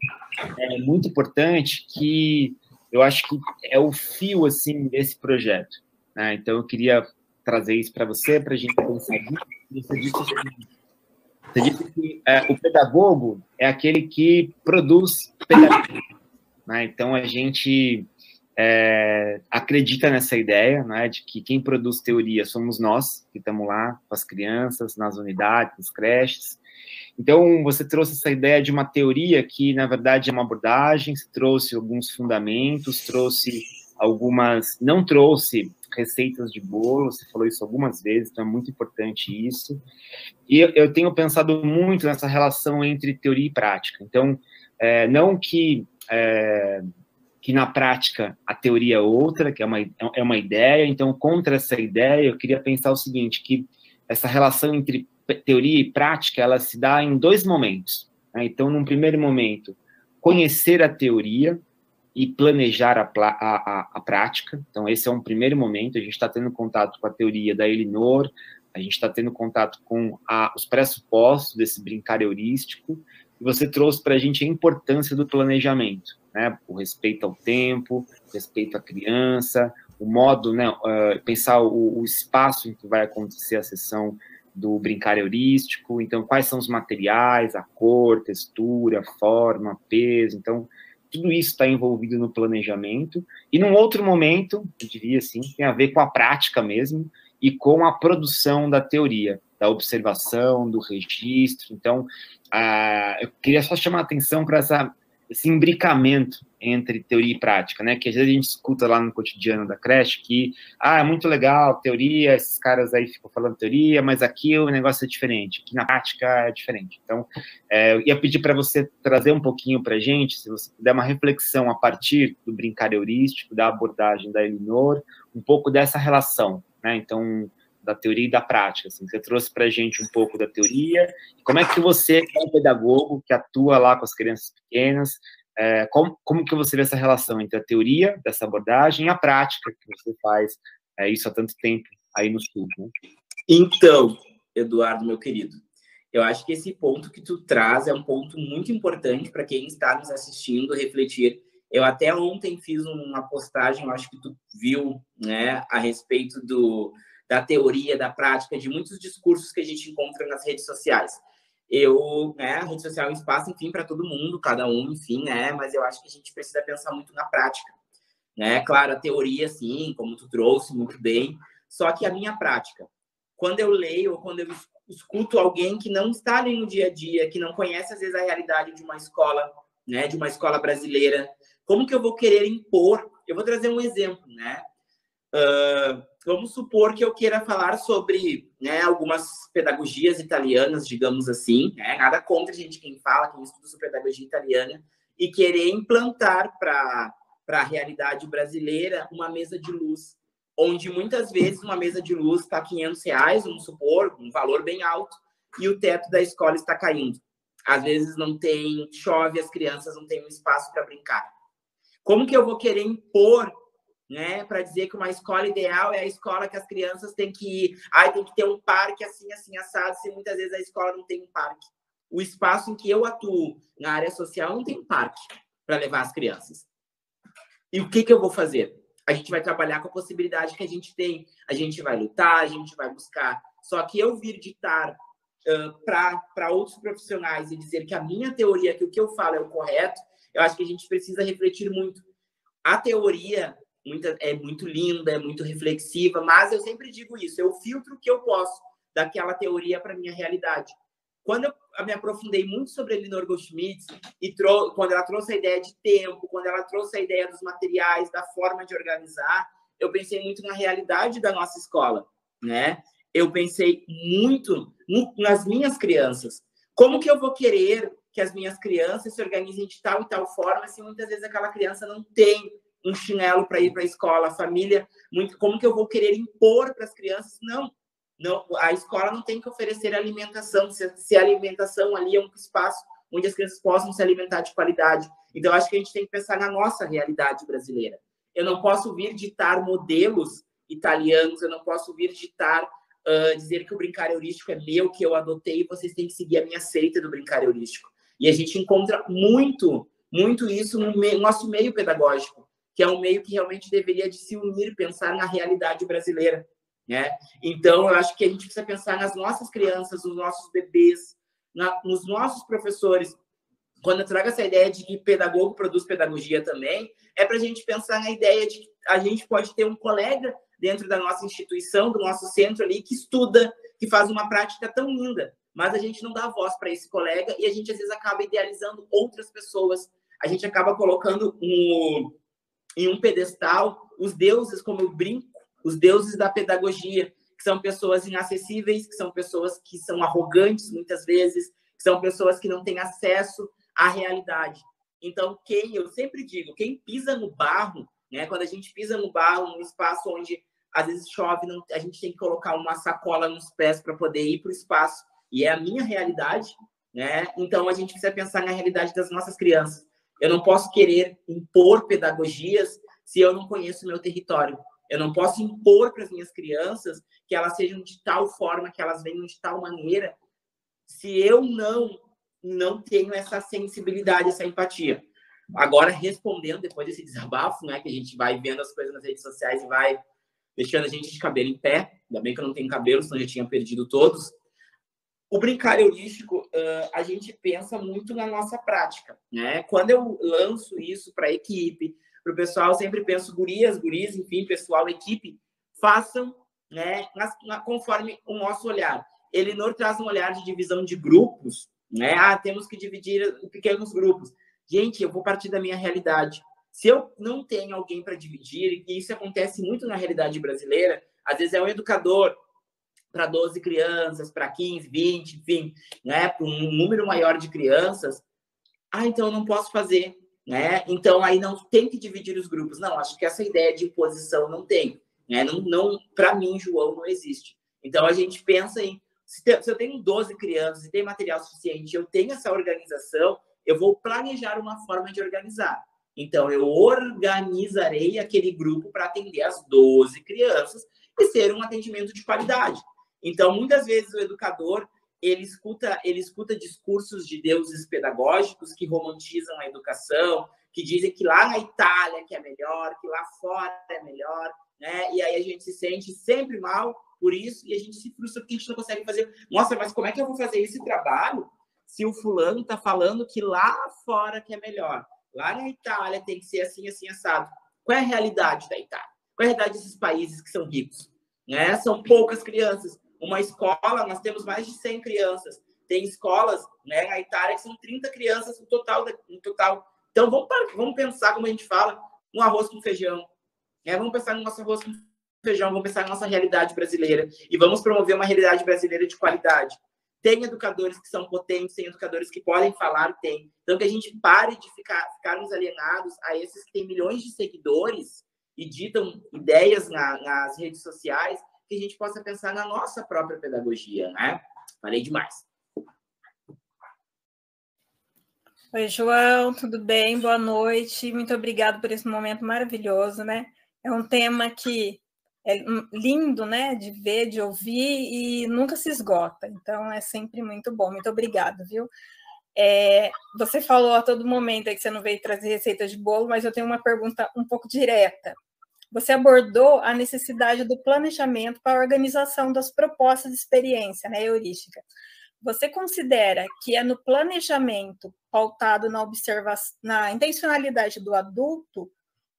é, muito importante, que eu acho que é o fio, assim, desse projeto, né? Então eu queria trazer isso para você, para a gente pensar nisso. Você disse, você disse que é, o pedagogo é aquele que produz pedagogia, né? Então a gente... É, acredita nessa ideia, né, de que quem produz teoria somos nós, que estamos lá com as crianças, nas unidades, nas creches. Então, você trouxe essa ideia de uma teoria que, na verdade, é uma abordagem, você trouxe alguns fundamentos, trouxe algumas... Não trouxe receitas de bolo, você falou isso algumas vezes, então é muito importante isso. E eu, eu tenho pensado muito nessa relação entre teoria e prática. Então, é, não que... É, que na prática a teoria é outra, que é uma, é uma ideia, então contra essa ideia eu queria pensar o seguinte, que essa relação entre teoria e prática, ela se dá em dois momentos, né? Então, num primeiro momento, conhecer a teoria e planejar a, a, a, a prática, então esse é um primeiro momento, a gente está tendo contato com a teoria da Elinor, a gente está tendo contato com a, os pressupostos desse brincar heurístico, e você trouxe para a gente a importância do planejamento, né? O respeito ao tempo, o respeito à criança, o modo, né? Uh, pensar o, o espaço em que vai acontecer a sessão do brincar heurístico, então quais são os materiais, a cor, textura, forma, peso, então tudo isso está envolvido no planejamento, e num outro momento, eu diria assim, tem a ver com a prática mesmo, e com a produção da teoria, da observação, do registro. Então, ah, eu queria só chamar a atenção para essa esse imbricamento entre teoria e prática, né, que às vezes a gente escuta lá no cotidiano da creche que, ah, é muito legal, teoria, esses caras aí ficam falando teoria, mas aqui o negócio é diferente, aqui na prática é diferente. Então, é, eu ia pedir para você trazer um pouquinho para a gente, se você puder, uma reflexão a partir do brincar heurístico, da abordagem da Elinor, um pouco dessa relação, né, então, da teoria e da prática, assim, você trouxe para a gente um pouco da teoria, como é que você, é um pedagogo que atua lá com as crianças pequenas, é, como, como que você vê essa relação entre a teoria dessa abordagem e a prática que você faz é, isso há tanto tempo aí no Sul, né? Então, Eduardo, meu querido, eu acho que esse ponto que tu traz é um ponto muito importante para quem está nos assistindo refletir. Eu até ontem fiz uma postagem, eu acho que tu viu, né, a respeito do da teoria, da prática, de muitos discursos que a gente encontra nas redes sociais. Eu, né, a rede social é um espaço, enfim, para todo mundo, cada um, enfim, né, mas eu acho que a gente precisa pensar muito na prática, né, claro, a teoria, sim, como tu trouxe muito bem, só que a minha prática, quando eu leio ou quando eu escuto alguém que não está ali no dia a dia, que não conhece, às vezes, a realidade de uma escola, né, de uma escola brasileira, como que eu vou querer impor? Eu vou trazer um exemplo, né, Uh, vamos supor que eu queira falar sobre, né, algumas pedagogias italianas, digamos assim, né, nada contra a gente quem fala, quem estuda sobre pedagogia italiana, e querer implantar para a realidade brasileira uma mesa de luz, onde muitas vezes uma mesa de luz está quinhentos reais, vamos supor, um valor bem alto, e o teto da escola está caindo. Às vezes não tem, chove, as crianças não têm um espaço para brincar. Como que eu vou querer impor, né, para dizer que uma escola ideal é a escola que as crianças têm que ir, ai, tem que ter um parque assim, assim, assado, se muitas vezes a escola não tem um parque. O espaço em que eu atuo na área social não tem um parque para levar as crianças. E o que que eu vou fazer? A gente vai trabalhar com a possibilidade que a gente tem, a gente vai lutar, a gente vai buscar. Só que eu vir ditar uh, para outros profissionais e dizer que a minha teoria, que o que eu falo é o correto, eu acho que a gente precisa refletir muito. A teoria Muita, é muito linda, é muito reflexiva, mas eu sempre digo isso, eu filtro o que eu posso, daquela teoria para a minha realidade. Quando eu me aprofundei muito sobre a Elinor Goldschmidt, e quando ela trouxe a ideia de tempo, quando ela trouxe a ideia dos materiais, da forma de organizar, eu pensei muito na realidade da nossa escola, né? Eu pensei muito no, nas minhas crianças. Como que eu vou querer que as minhas crianças se organizem de tal e tal forma se muitas vezes aquela criança não tem um chinelo para ir para a escola, a família... Muito, como que eu vou querer impor para as crianças? Não. Não, a escola não tem que oferecer alimentação, se, se a alimentação ali é um espaço onde as crianças possam se alimentar de qualidade. Então, acho que a gente tem que pensar na nossa realidade brasileira. Eu não posso vir ditar modelos italianos, eu não posso vir ditar, uh, dizer que o brincar heurístico é meu, que eu adotei, e vocês têm que seguir a minha seita do brincar heurístico. E a gente encontra muito, muito isso no meio, nosso meio pedagógico, que é um meio que realmente deveria de se unir, pensar na realidade brasileira. Né? Então, eu acho que a gente precisa pensar nas nossas crianças, nos nossos bebês, na, nos nossos professores. Quando eu trago essa ideia de que pedagogo produz pedagogia também, é para a gente pensar na ideia de que a gente pode ter um colega dentro da nossa instituição, do nosso centro ali, que estuda, que faz uma prática tão linda, mas a gente não dá voz para esse colega e a gente, às vezes, acaba idealizando outras pessoas. A gente acaba colocando um, em um pedestal os deuses, como eu brinco, os deuses da pedagogia, que são pessoas inacessíveis, que são pessoas que são arrogantes, muitas vezes, que são pessoas que não têm acesso à realidade. Então, quem, eu sempre digo, quem pisa no barro, né, quando a gente pisa no barro, num espaço onde às vezes chove, não, a gente tem que colocar uma sacola nos pés para poder ir para o espaço, e é a minha realidade, né? Então, a gente precisa pensar na realidade das nossas crianças. Eu não posso querer impor pedagogias se eu não conheço o meu território. Eu não posso impor para as minhas crianças que elas sejam de tal forma, que elas venham de tal maneira, se eu não, não tenho essa sensibilidade, essa empatia. Agora, respondendo, depois desse desabafo, né, que a gente vai vendo as coisas nas redes sociais e vai deixando a gente de cabelo em pé, ainda bem que eu não tenho cabelo, senão eu já tinha perdido todos. O brincar heurístico, uh, a gente pensa muito na nossa prática, né? Quando eu lanço isso para a equipe, para o pessoal, eu sempre penso, gurias, guris, enfim, pessoal, equipe, façam, né, nas, na, conforme o nosso olhar. Elinor traz um olhar de divisão de grupos, né? Ah, temos que dividir em pequenos grupos. Gente, eu vou partir da minha realidade. Se eu não tenho alguém para dividir, e isso acontece muito na realidade brasileira, às vezes é um educador para doze crianças, para quinze, vinte, enfim, né, para um número maior de crianças. Ah, então eu não posso fazer, né? Então aí não tem que dividir os grupos. Não, acho que essa ideia de imposição não tem, né? Não, não, para mim, João, não existe. Então a gente pensa em se, te, se eu tenho doze crianças e tem material suficiente, eu tenho essa organização, eu vou planejar uma forma de organizar. Então eu organizarei aquele grupo para atender as doze crianças e ser um atendimento de qualidade. Então, muitas vezes o educador, ele escuta, ele escuta discursos de deuses pedagógicos que romantizam a educação, que dizem que lá na Itália que é melhor, que lá fora é melhor, né? E aí a gente se sente sempre mal por isso e a gente se frustra porque a gente não consegue fazer. Nossa, mas como é que eu vou fazer esse trabalho se o fulano está falando que lá fora que é melhor? Lá na Itália tem que ser assim, assim, assado. Qual é a realidade da Itália? Qual é a realidade desses países que são ricos? Né? São poucas crianças. Uma escola, nós temos mais de cem crianças. Tem escolas, né, na Itália, que são trinta crianças no total. No total. Então, vamos, vamos pensar, como a gente fala, no arroz com feijão. Né? Vamos pensar no nosso arroz com feijão, vamos pensar na nossa realidade brasileira. E vamos promover uma realidade brasileira de qualidade. Tem educadores que são potentes, tem educadores que podem falar, tem. Então, que a gente pare de ficar, ficarmos alienados a esses que têm milhões de seguidores e ditam ideias na, nas redes sociais, que a gente possa pensar na nossa própria pedagogia, né? Falei demais. Oi, João, tudo bem? Boa noite. Muito obrigada por esse momento maravilhoso, né? É um tema que é lindo, né? De ver, de ouvir e nunca se esgota. Então, é sempre muito bom. Muito obrigada, viu? É, você falou a todo momento aí que você não veio trazer receita de bolo, mas eu tenho uma pergunta um pouco direta. Você abordou a necessidade do planejamento para a organização das propostas de experiência, né, heurística. Você considera que é no planejamento pautado na observação, na intencionalidade do adulto,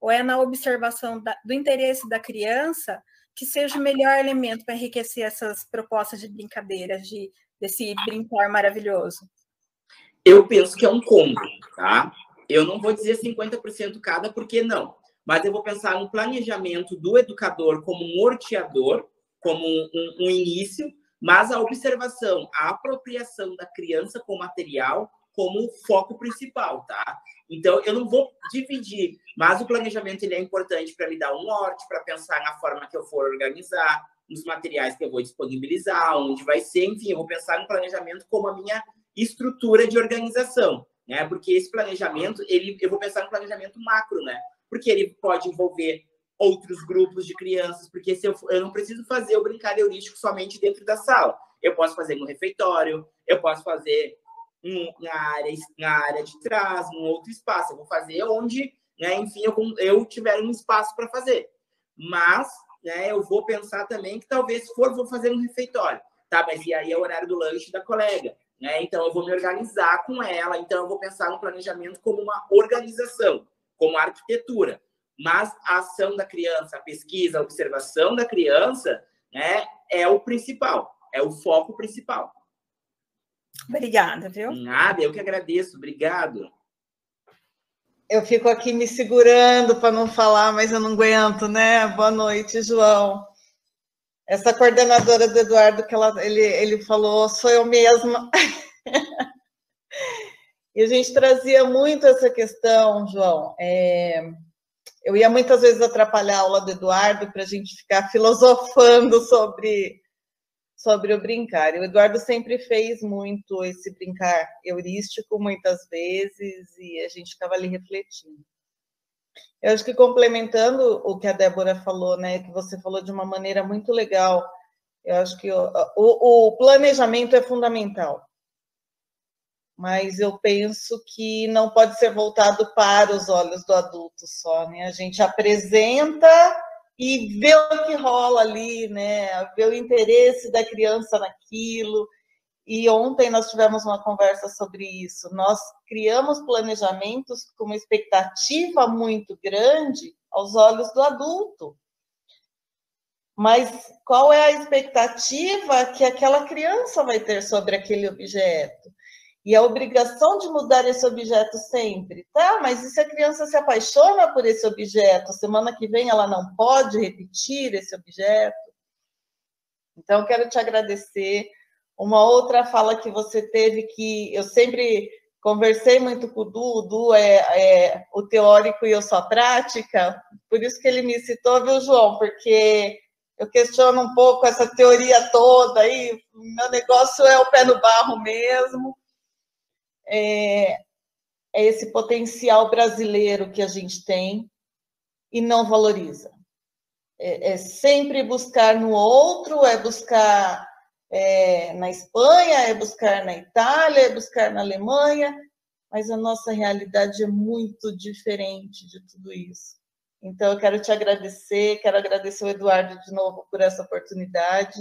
ou é na observação da, do interesse da criança que seja o melhor elemento para enriquecer essas propostas de brincadeiras, de, desse brincar maravilhoso? Eu penso que é um combo, tá? Eu não vou dizer cinquenta por cento cada, porque não. Mas eu vou pensar no planejamento do educador como um norteador, como um, um, um início, mas a observação, a apropriação da criança com material como foco principal, tá? Então, eu não vou dividir, mas o planejamento ele é importante para me dar um norte, para pensar na forma que eu for organizar, nos materiais que eu vou disponibilizar, onde vai ser, enfim, eu vou pensar no planejamento como a minha estrutura de organização, né? Porque esse planejamento, ele, eu vou pensar no planejamento macro, né? Porque ele pode envolver outros grupos de crianças, porque se eu, eu não preciso fazer o brincar heurístico somente dentro da sala. Eu posso fazer no refeitório, eu posso fazer na área, na área de trás, num outro espaço. Eu vou fazer onde, né, enfim, eu, eu tiver um espaço para fazer. Mas, né, eu vou pensar também que talvez se for, vou fazer no refeitório. Tá, mas e aí é o horário do lanche da colega, né? Então, eu vou me organizar com ela. Então, eu vou pensar no planejamento como uma organização, como arquitetura. Mas a ação da criança, a pesquisa, a observação da criança, né, é o principal, é o foco principal. Obrigada, viu? Nada, eu que agradeço, obrigado. Eu fico aqui me segurando para não falar, mas eu não aguento, né? Boa noite, João. Essa coordenadora do Eduardo, que ela, ele, ele falou, sou eu mesma. E a gente trazia muito essa questão, João. É, eu ia muitas vezes atrapalhar a aula do Eduardo para a gente ficar filosofando sobre, sobre o brincar. E o Eduardo sempre fez muito esse brincar heurístico, muitas vezes, e a gente ficava ali refletindo. Eu acho que complementando o que a Débora falou, né, que você falou de uma maneira muito legal, eu acho que o, o, o planejamento é fundamental, mas eu penso que não pode ser voltado para os olhos do adulto só, né? A gente apresenta e vê o que rola ali, né? Vê o interesse da criança naquilo. E ontem nós tivemos uma conversa sobre isso. Nós criamos planejamentos com uma expectativa muito grande aos olhos do adulto. Mas qual é a expectativa que aquela criança vai ter sobre aquele objeto? E a obrigação de mudar esse objeto sempre. Tá, mas e se a criança se apaixona por esse objeto? Semana que vem ela não pode repetir esse objeto? Então, eu quero te agradecer. Uma outra fala que você teve, que eu sempre conversei muito com o Du, o Du é, é o teórico e eu sou a prática, por isso que ele me citou, viu, João? Porque eu questiono um pouco essa teoria toda aí, meu negócio é o pé no barro mesmo, é, é esse potencial brasileiro que a gente tem e não valoriza. É, é sempre buscar no outro, é buscar... É, na Espanha, é buscar na Itália, é buscar na Alemanha, mas a nossa realidade é muito diferente de tudo isso. Então, eu quero te agradecer, quero agradecer o Eduardo de novo por essa oportunidade.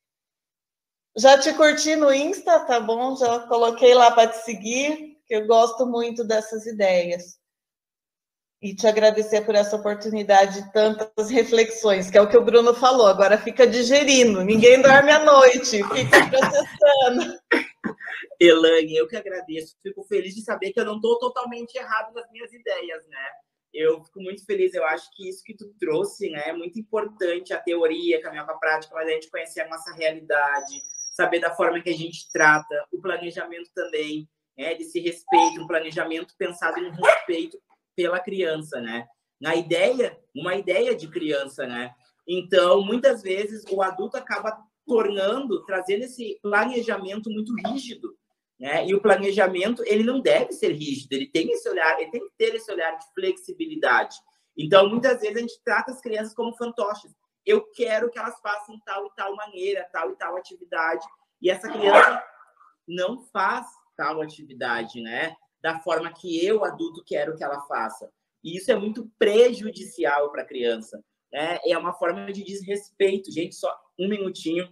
Já te curti no Insta, tá bom? Já coloquei lá para te seguir, que eu gosto muito dessas ideias. E te agradecer por essa oportunidade de tantas reflexões, que é o que o Bruno falou, agora fica digerindo, ninguém dorme à noite, fica processando. Elaine, eu que agradeço, fico feliz de saber que eu não estou totalmente errado nas minhas ideias, né? Eu fico muito feliz, eu acho que isso que tu trouxe, né, é muito importante, a teoria, caminhar com a prática, mas a gente conhecer a nossa realidade, saber da forma que a gente trata, o planejamento também, né, desse respeito, um planejamento pensado em respeito pela criança, né? Na ideia, uma ideia de criança, né? Então, muitas vezes, o adulto acaba tornando, trazendo esse planejamento muito rígido, né? E o planejamento, ele não deve ser rígido, ele tem esse olhar, ele tem que ter esse olhar de flexibilidade. Então, muitas vezes, a gente trata as crianças como fantoches. Eu quero que elas façam tal e tal maneira, tal e tal atividade, e essa criança não faz tal atividade, né? Da forma que eu, adulto, quero que ela faça. E isso é muito prejudicial para a criança, né? É uma forma de desrespeito. Gente, só um minutinho.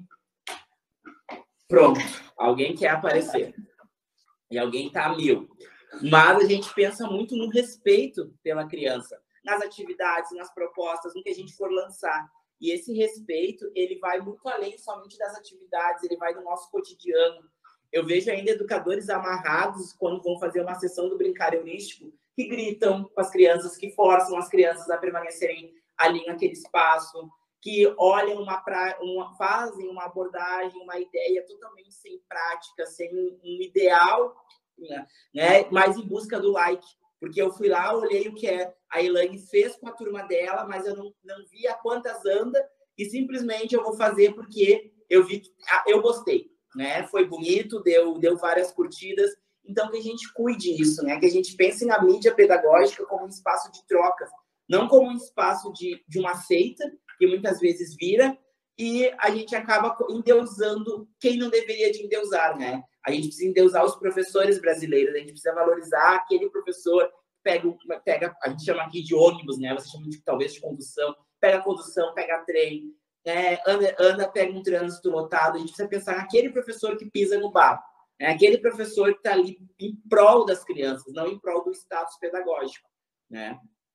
Pronto. Alguém quer aparecer. E alguém está a mil. Mas a gente pensa muito no respeito pela criança. nas atividades, nas propostas, no que a gente for lançar. E esse respeito, ele vai muito além somente das atividades, ele vai do nosso cotidiano. Eu vejo ainda educadores amarrados quando vão fazer uma sessão do brincar heurístico, que gritam com as crianças, que forçam as crianças a permanecerem ali naquele espaço, que olham uma, pra... uma fazem uma abordagem, uma ideia totalmente sem prática, sem um ideal, né? Mas em busca do like. Porque eu fui lá, olhei o que é, a Elaine fez com a turma dela, mas eu não, não vi a quantas anda, e simplesmente eu vou fazer porque eu vi, eu gostei, né? Foi bonito, deu, deu várias curtidas. Então, que a gente cuide disso, né? Que a gente pense na mídia pedagógica como um espaço de trocas, não como um espaço de, de uma seita, que muitas vezes vira, e a gente acaba endeusando quem não deveria de endeusar, né? A gente precisa endeusar os professores brasileiros, a gente precisa valorizar aquele professor, pega, pega a gente chama aqui de ônibus, né? Você chama de, talvez de condução, pega a condução, pega trem, né? anda, anda, pega um trânsito lotado, a gente precisa pensar naquele professor que pisa no barro, né? Aquele professor que está ali em prol das crianças, não em prol do status pedagógico, né?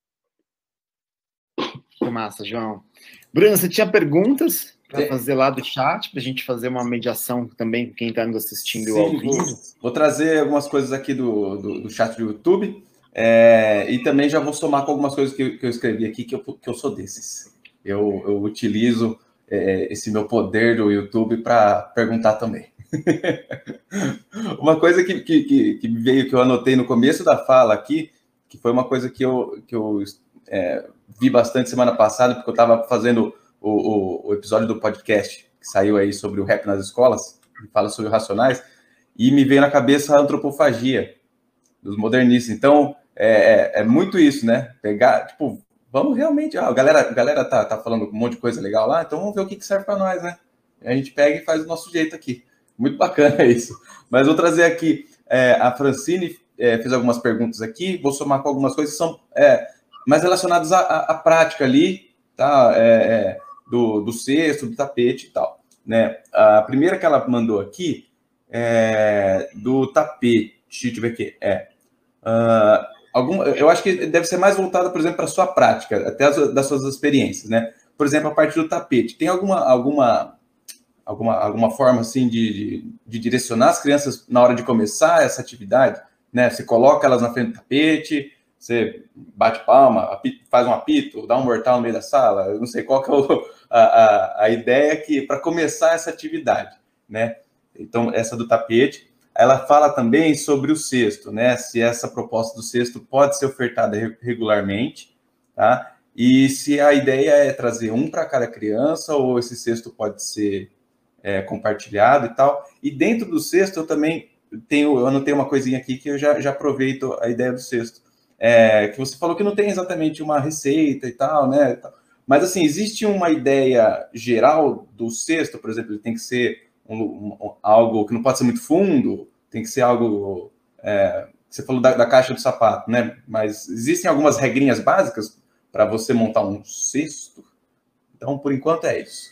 Que massa, João. Bruno, você tinha perguntas para fazer lá do chat, para a gente fazer uma mediação também com quem está nos assistindo Sim, ao vivo? Vou, vou trazer algumas coisas aqui do, do, do chat do YouTube, é, e também já vou somar com algumas coisas que, que eu escrevi aqui, que eu, que eu sou desses. Eu, eu utilizo é, esse meu poder do YouTube para perguntar também. Uma coisa que, que, que, que veio, que eu anotei no começo da fala aqui, que foi uma coisa que eu, que eu é, vi bastante semana passada, porque eu estava fazendo o, o, o episódio do podcast que saiu aí sobre o rap nas escolas, que fala sobre Racionais, e me veio na cabeça a antropofagia dos modernistas. Então, é, é, é muito isso, né? Pegar, tipo, vamos realmente... Ah, a galera, a galera tá, tá falando um monte de coisa legal lá, então vamos ver o que, que serve para nós, né? A gente pega e faz do nosso jeito aqui. Muito bacana isso. Mas vou trazer aqui, é, a Francine é, fez algumas perguntas aqui, vou somar com algumas coisas que são é, mais relacionadas à, à, à prática ali, tá? É, é, do, do cesto, do tapete e tal, né? A primeira que ela mandou aqui é do tapete, deixa eu ver aqui, é... Uh, algum, eu acho que deve ser mais voltada, por exemplo, para a sua prática, até as, das suas experiências, né? Por exemplo, a parte do tapete. Tem alguma, alguma, alguma, alguma forma, assim, de, de, de direcionar as crianças na hora de começar essa atividade, né? Você coloca elas na frente do tapete, você bate palma, apito, faz um apito, dá um mortal no meio da sala, eu não sei qual que é o, a, a, a ideia que para começar essa atividade, né? Então, essa do tapete. Ela fala também sobre o cesto, né? Se essa proposta do cesto pode ser ofertada regularmente, tá? E se a ideia é trazer um para cada criança ou esse cesto pode ser é, compartilhado e tal. E dentro do cesto eu também tenho, eu anotei uma coisinha aqui que eu já, já aproveito a ideia do cesto. É, que você falou que não tem exatamente uma receita e tal, né? Mas assim, existe uma ideia geral do cesto, por exemplo, ele tem que ser Um, um, algo que não pode ser muito fundo, tem que ser algo... É, você falou da, da caixa do sapato, né? Mas existem algumas regrinhas básicas para você montar um cesto? Então, por enquanto, é isso.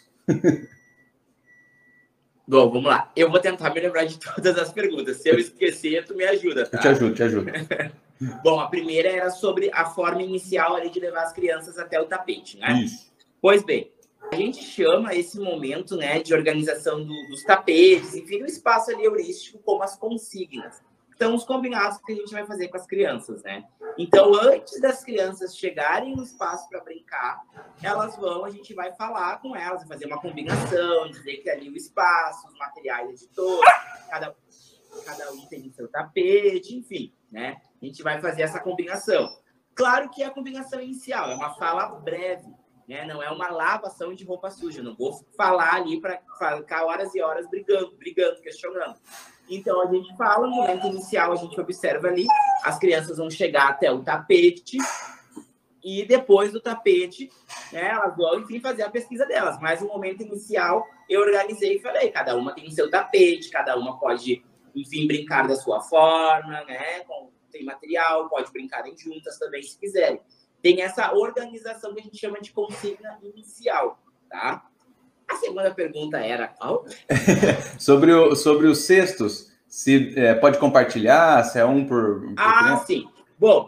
Bom, vamos lá. Eu vou tentar me lembrar de todas as perguntas. Se eu esquecer, tu me ajuda, tá? Eu te ajudo, te ajudo. Bom, a primeira era sobre a forma inicial ali de levar as crianças até o tapete, né? Isso. Pois bem, a gente chama esse momento, né, de organização do, dos tapetes, enfim, do espaço ali heurístico como as consignas. Então, os combinados que a gente vai fazer com as crianças, né? Então, antes das crianças chegarem no espaço para brincar, elas vão, a gente vai falar com elas, fazer uma combinação, dizer que ali o espaço, os materiais de todos, cada, cada um tem seu tapete, enfim, né? A gente vai fazer essa combinação. Claro que é a combinação inicial, é uma fala breve, né? Não é uma lavação de roupa suja. Não vou falar ali para ficar horas e horas brigando, brigando, questionando. Então, a gente fala, no momento inicial, a gente observa ali, as crianças vão chegar até o tapete e depois do tapete, né, elas vão, enfim, fazer a pesquisa delas. Mas no momento inicial, eu organizei e falei, cada uma tem o seu tapete, cada uma pode, enfim, brincar da sua forma, né? Com, tem material, pode brincar em juntas também, se quiserem. Tem essa organização que a gente chama de consigna inicial, tá? A segunda pergunta era qual? sobre, o, sobre os cestos, se é, pode compartilhar, se é um por... por ah, tempo? sim. Bom,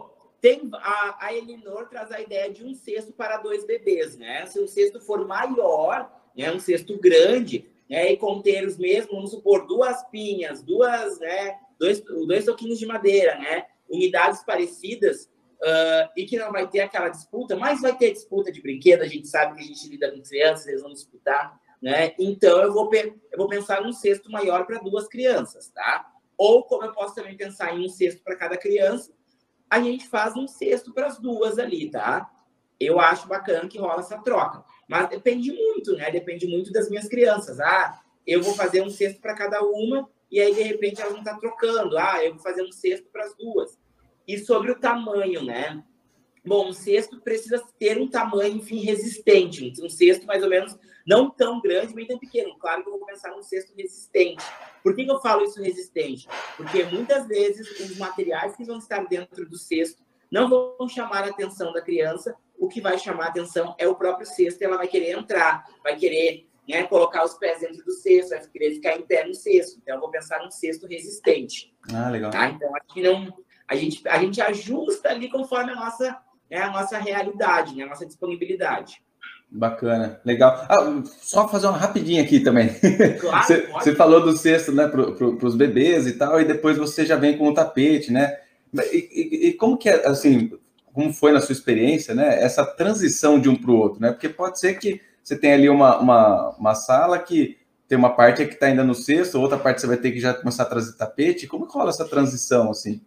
tem a, a Elinor traz a ideia de um cesto para dois bebês, né? Se o cesto for maior, né, um cesto grande, né, e conter os mesmos, vamos supor, duas pinhas, duas, né, dois, dois toquinhos de madeira, né, unidades parecidas, uh, e que não vai ter aquela disputa, mas vai ter disputa de brinquedo, a gente sabe que a gente lida com crianças, eles vão disputar, né? Então eu vou, eu vou pensar num cesto maior para duas crianças, tá? Ou como eu posso também pensar em um cesto para cada criança, a gente faz um cesto para as duas ali, tá? Eu acho bacana que rola essa troca. Mas depende muito, né? Depende muito das minhas crianças. Ah, eu vou fazer um cesto para cada uma e aí, de repente, elas vão estar trocando. Ah, eu vou fazer um cesto para as duas. E sobre o tamanho, né? Bom, um cesto precisa ter um tamanho, enfim, resistente. Um cesto, mais ou menos, não tão grande, nem tão pequeno. Claro que eu vou pensar num cesto resistente. Por que que eu falo isso resistente? Porque, muitas vezes, os materiais que vão estar dentro do cesto não vão chamar a atenção da criança. O que vai chamar a atenção é o próprio cesto. Ela vai querer entrar, vai querer, né, colocar os pés dentro do cesto, vai querer ficar em pé no cesto. Então, eu vou pensar num cesto resistente. Ah, legal. Tá? Então, aqui não... A gente, a gente ajusta ali conforme a nossa... É a nossa realidade, né? A nossa disponibilidade. Bacana, legal. Ah, só fazer uma rapidinha aqui também. Claro, você, pode. você falou do cesto, né, para pro, os bebês e tal, e depois você já vem com o tapete, né? E, e, e como que é, assim, como foi na sua experiência, né, essa transição de um para o outro, né? Porque pode ser que você tenha ali uma, uma, uma sala que tem uma parte que está ainda no cesto, outra parte você vai ter que já começar a trazer tapete. Como que rola essa transição, assim?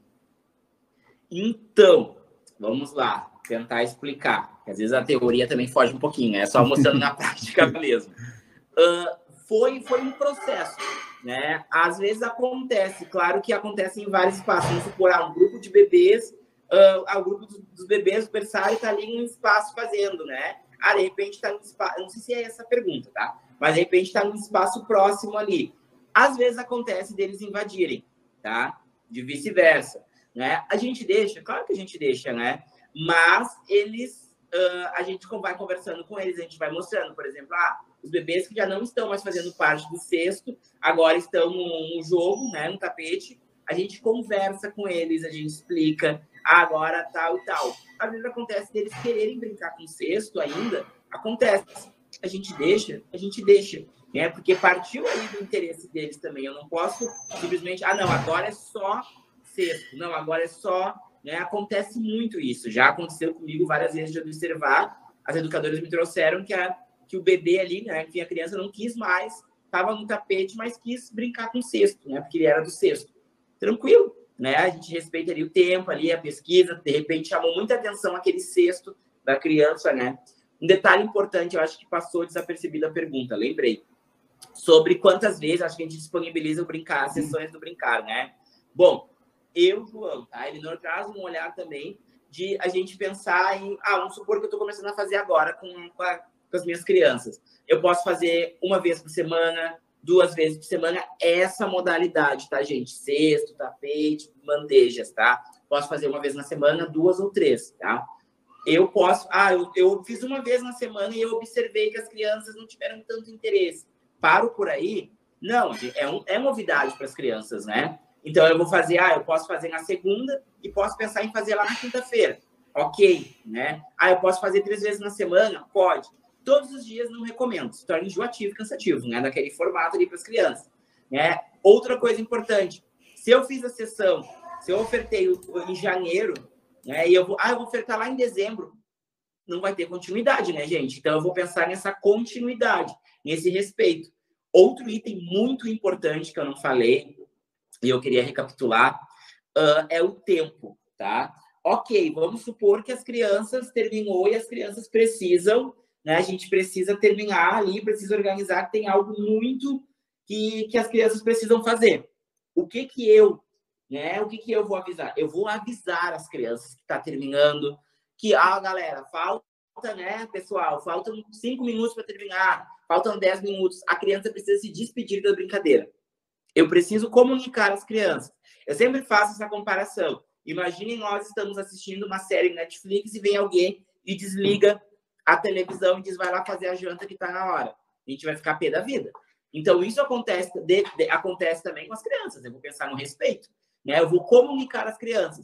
Então, vamos lá, tentar explicar. Porque às vezes a teoria também foge um pouquinho, né? É só mostrando na prática mesmo. Uh, foi, foi um processo, né? Às vezes acontece, claro que acontece em vários espaços. Vamos supor, ah, um grupo de bebês, uh, o grupo dos, dos bebês, o berçário está ali em um espaço fazendo, né? Ah, de repente está num espaço... Não sei se é essa a pergunta, tá? Mas de repente está num espaço próximo ali. Às vezes acontece deles invadirem, tá? De vice-versa. Né? A gente deixa, claro que a gente deixa, né? Mas eles, uh, a gente vai conversando com eles, a gente vai mostrando, por exemplo, ah, os bebês que já não estão mais fazendo parte do cesto, agora estão no jogo, né, no tapete, a gente conversa com eles, a gente explica, ah, agora tal e tal. Às vezes acontece deles quererem brincar com o cesto ainda, acontece. A gente deixa, a gente deixa, né? Porque partiu aí do interesse deles também. Eu não posso simplesmente, ah, não, agora é só cesto. Não, agora é só... Né? Acontece muito isso. Já aconteceu comigo várias vezes de observar. As educadoras me trouxeram que, a, que o bebê ali, né? Enfim, a criança não quis mais, estava no tapete, mas quis brincar com o cesto, né? Porque ele era do cesto. Tranquilo, né? A gente respeita ali o tempo, ali a pesquisa. De repente, chamou muita atenção aquele cesto da criança, né? Um detalhe importante, eu acho que passou desapercebido a pergunta, lembrei. Sobre quantas vezes, acho que a gente disponibiliza o brincar, as sessões do brincar, né? Bom, eu, João, tá? Ele não traz um olhar também de a gente pensar em... Ah, vamos supor que eu estou começando a fazer agora com, com, a, com as minhas crianças. Eu posso fazer uma vez por semana, duas vezes por semana, essa modalidade, tá, gente? Cesto, tapete, bandejas, tá? Posso fazer uma vez na semana, duas ou três, tá? Eu posso... Ah, eu, eu fiz uma vez na semana e eu observei que as crianças não tiveram tanto interesse. Paro por aí? Não, é, um, é novidade para as crianças, né? Então, eu vou fazer, ah, eu posso fazer na segunda e posso pensar em fazer lá na quinta-feira. Ok, né? Ah, eu posso fazer três vezes na semana? Pode. Todos os dias não recomendo. Se torna enjoativo e cansativo, né? Daquele formato ali para as crianças. Né? Outra coisa importante. Se eu fiz a sessão, se eu ofertei em janeiro, né? E eu vou, ah, eu vou ofertar lá em dezembro, não vai ter continuidade, né, gente? Então, eu vou pensar nessa continuidade, nesse respeito. Outro item muito importante que eu não falei, e eu queria recapitular, uh, é o tempo, tá? Ok, vamos supor que as crianças terminou e as crianças precisam, né? A gente precisa terminar ali, precisa organizar, que tem algo muito que, que as crianças precisam fazer. O que que eu, né? O que que eu vou avisar? Eu vou avisar as crianças que está terminando, que, ah, galera, falta, né, pessoal, faltam cinco minutos para terminar, faltam dez minutos, a criança precisa se despedir da brincadeira. Eu preciso comunicar às crianças. Eu sempre faço essa comparação. Imaginem nós estamos assistindo uma série Netflix e vem alguém e desliga a televisão e diz, vai lá fazer a janta que está na hora. A gente vai ficar pé da vida. Então, isso acontece, de, de, acontece também com as crianças. Eu vou pensar no respeito. Né? Eu vou comunicar às crianças.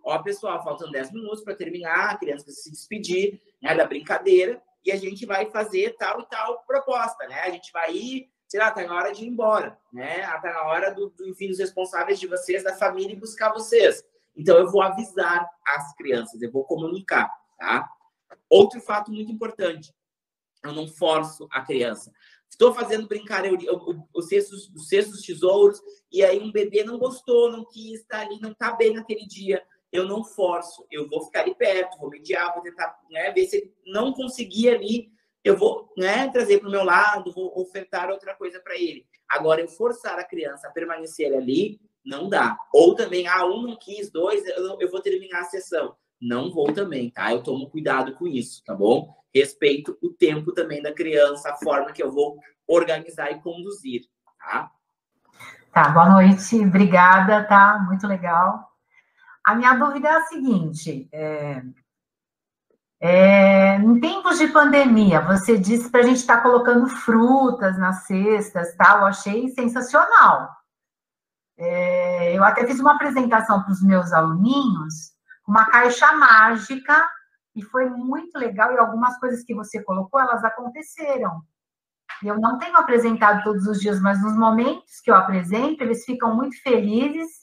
ó, pessoal, faltam dez minutos para terminar, a criança precisa se despedir, né, da brincadeira, e a gente vai fazer tal e tal proposta, né? A gente vai ir, sei lá, tá na hora de ir embora, né? Tá na hora do, do enfim, dos responsáveis de vocês, da família, buscar vocês. Então, eu vou avisar as crianças, eu vou comunicar, tá? Outro fato muito importante, eu não forço a criança. Estou fazendo brincar os cestos, os cestos tesouros, e aí um bebê não gostou, não quis estar ali, não está bem naquele dia. Eu não forço, eu vou ficar ali perto, vou mediar, vou tentar, né, ver se ele não conseguir ali, eu vou, né, trazer para o meu lado, vou ofertar outra coisa para ele. Agora, eu forçar a criança a permanecer ali, não dá. Ou também, ah, um não quis, dois, eu, eu vou terminar a sessão. Não vou também, tá? Eu tomo cuidado com isso, tá bom? Respeito o tempo também da criança, a forma que eu vou organizar e conduzir, tá? Tá, boa noite, obrigada, tá? Muito legal. A minha dúvida é a seguinte, é, é, em tempos de pandemia, você disse para a gente estar colocando frutas nas cestas, tá? Eu achei sensacional. É, eu até fiz uma apresentação para os meus aluninhos, uma caixa mágica, e foi muito legal, e algumas coisas que você colocou, elas aconteceram. Eu não tenho apresentado todos os dias, mas nos momentos que eu apresento, eles ficam muito felizes,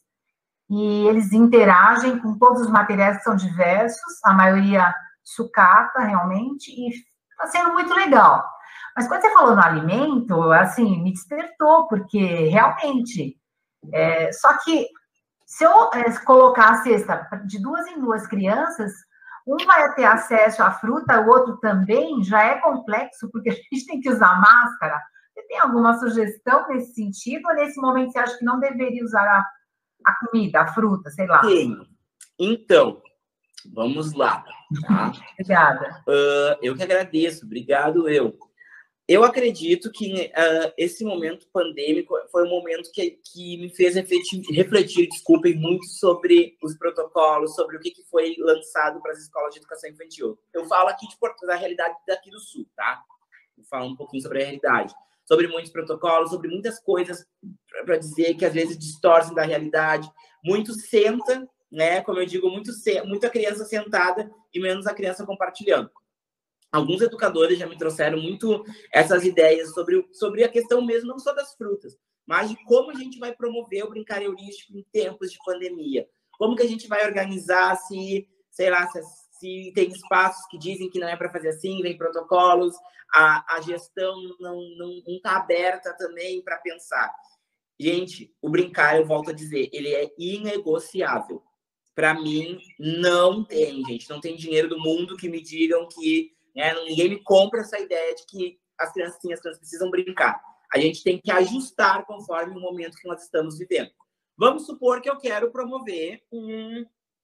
e eles interagem com todos os materiais que são diversos, a maioria sucata, realmente, e está sendo muito legal. Mas quando você falou no alimento, assim, me despertou, porque realmente, é, só que se eu é, colocar a cesta de duas em duas crianças, um vai ter acesso à fruta, o outro também, já é complexo, porque a gente tem que usar máscara. Você tem alguma sugestão nesse sentido, ou nesse momento você acha que não deveria usar a a comida, a fruta, sei lá? Sim. Então, vamos lá. Tá? Obrigada. Uh, eu que agradeço. Obrigado, eu. Eu acredito que uh, esse momento pandêmico foi um momento que, que me fez refletir, refletir, desculpem, muito sobre os protocolos, sobre o que, que foi lançado para as escolas de educação infantil. Eu falo aqui de Porto, da realidade daqui do Sul, tá? Vou falar um pouquinho sobre a realidade. Sobre muitos protocolos, sobre muitas coisas para dizer que às vezes distorcem da realidade. Muito senta, né? Como eu digo, muito se... muita criança sentada e menos a criança compartilhando. Alguns educadores já me trouxeram muito essas ideias sobre, sobre a questão mesmo, não só das frutas, mas de como a gente vai promover o brincar heurístico em tempos de pandemia. Como que a gente vai organizar se, sei lá, se, se tem espaços que dizem que não é para fazer assim, vem protocolos, a, a gestão não está aberta também para pensar. Gente, o brincar, eu volto a dizer, ele é inegociável. Para mim, não tem, gente. Não tem dinheiro do mundo que me digam que... Né, ninguém me compra essa ideia de que as criancinhas, as crianças precisam brincar. A gente tem que ajustar conforme o momento que nós estamos vivendo. Vamos supor que eu quero promover um,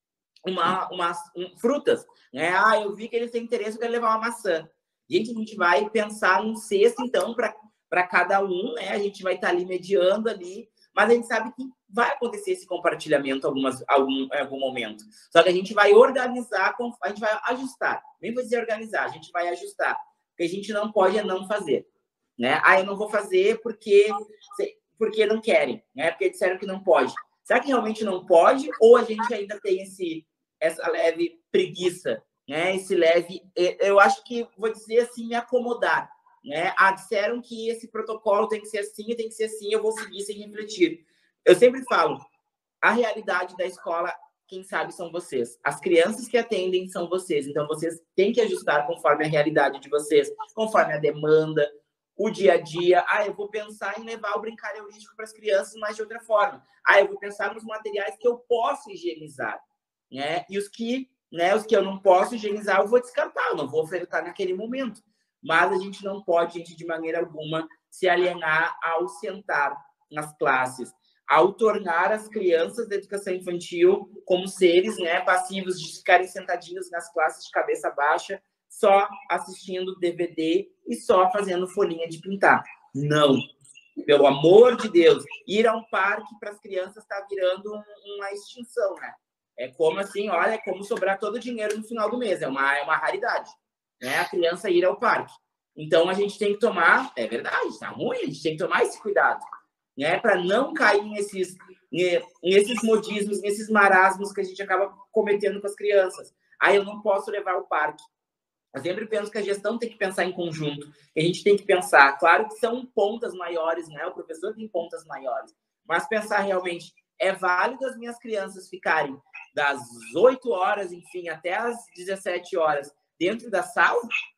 uma, uma, um, frutas. Né? Ah, eu vi que eles têm interesse, eu quero levar uma maçã. Gente, a gente vai pensar num cesto, então, para cada um, né? A gente vai estar ali mediando ali, mas a gente sabe que vai acontecer esse compartilhamento algumas, algum, em algum momento. Só que a gente vai organizar, a gente vai ajustar. Nem vou dizer organizar, a gente vai ajustar. Porque a gente não pode é não fazer. Né? Ah, eu não vou fazer porque, porque não querem, né? Porque disseram que não pode. Será que realmente não pode? Ou a gente ainda tem esse, essa leve preguiça? Né, esse leve, eu acho que, vou dizer assim, me acomodar. Né? Ah, disseram que esse protocolo tem que ser assim, tem que ser assim, eu vou seguir sem refletir. Eu sempre falo, a realidade da escola, quem sabe são vocês. As crianças que atendem são vocês. Então, vocês têm que ajustar conforme a realidade de vocês, conforme a demanda, o dia a dia. Ah, eu vou pensar em levar o brincar heurístico para as crianças, mas de outra forma. Ah, eu vou pensar nos materiais que eu posso higienizar. Né? E os que... Né, os que eu não posso higienizar, eu vou descartar, eu não vou ofertar naquele momento. Mas a gente não pode, gente, de maneira alguma, se alienar ao sentar nas classes, ao tornar as crianças da educação infantil como seres, né, passivos de ficarem sentadinhos nas classes de cabeça baixa, só assistindo D V D e só fazendo folhinha de pintar. Não. Pelo amor de Deus, ir a um parque para as crianças está virando um, uma extinção, né? É como assim, olha, é como sobrar todo o dinheiro no final do mês. É uma, é uma raridade, né? A criança ir ao parque. Então, a gente tem que tomar... É verdade, tá ruim. A gente tem que tomar esse cuidado. né, para não cair nesses, nesses modismos, nesses marasmos que a gente acaba cometendo com as crianças. Aí eu não posso levar ao parque. Eu sempre penso que a gestão tem que pensar em conjunto, que a gente tem que pensar, claro que são pontas maiores, né? O professor tem pontas maiores, mas pensar realmente, é válido as minhas crianças ficarem das oito horas, enfim, até as dezessete horas dentro da sala?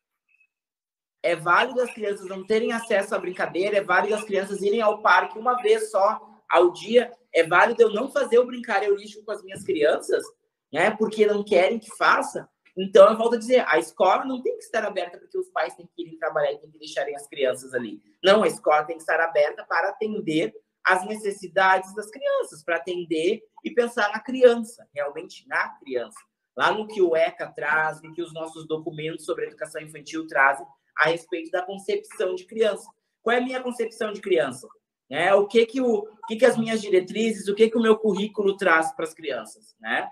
É válido as crianças não terem acesso à brincadeira, é válido as crianças irem ao parque uma vez só ao dia, é válido eu não fazer o brincar eurístico com as minhas crianças, né? Porque não querem que faça. Então, eu volto a dizer, a escola não tem que estar aberta porque os pais têm que irem trabalhar e têm que deixarem as crianças ali. Não, a escola tem que estar aberta para atender as necessidades das crianças, para atender e pensar na criança, realmente na criança. Lá no que o ECA traz, no que os nossos documentos sobre educação infantil trazem a respeito da concepção de criança. Qual é a minha concepção de criança? É, o que que, o, o que que as minhas diretrizes, o que que o meu currículo traz para as crianças, né?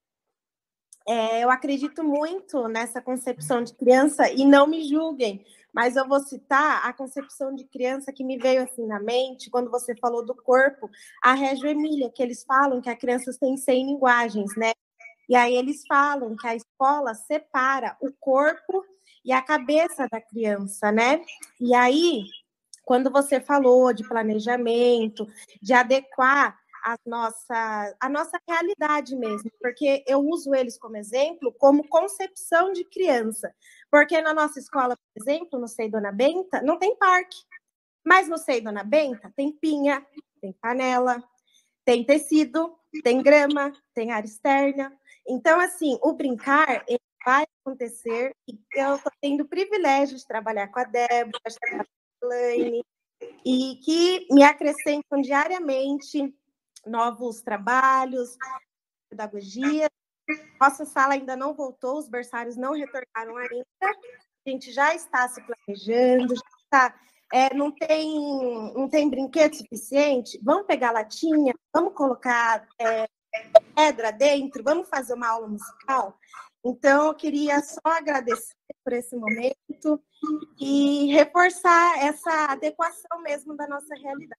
É, eu acredito muito nessa concepção de criança e não me julguem, mas eu vou citar a concepção de criança que me veio assim na mente quando você falou do corpo, a Régio Emília, que eles falam que as crianças têm cem linguagens, né? E aí eles falam que a escola separa o corpo e a cabeça da criança, né? E aí, quando você falou de planejamento, de adequar a nossa, a nossa realidade mesmo, porque eu uso eles como exemplo, como concepção de criança, porque na nossa escola, por exemplo, no Sei Dona Benta, não tem parque, mas no Sei Dona Benta tem pinha, tem panela, tem tecido, tem grama, tem área externa. Então, assim, o brincar ele vai acontecer, e eu estou tendo o privilégio de trabalhar com a Débora, de trabalhar com a Elaine, e que me acrescentam diariamente novos trabalhos, pedagogia. Nossa sala ainda não voltou, os berçários não retornaram ainda. A gente já está se planejando, já está, é, não tem, não tem brinquedo suficiente? Vamos pegar latinha, vamos colocar é, pedra dentro, vamos fazer uma aula musical? Então, eu queria só agradecer por esse momento e reforçar essa adequação mesmo da nossa realidade.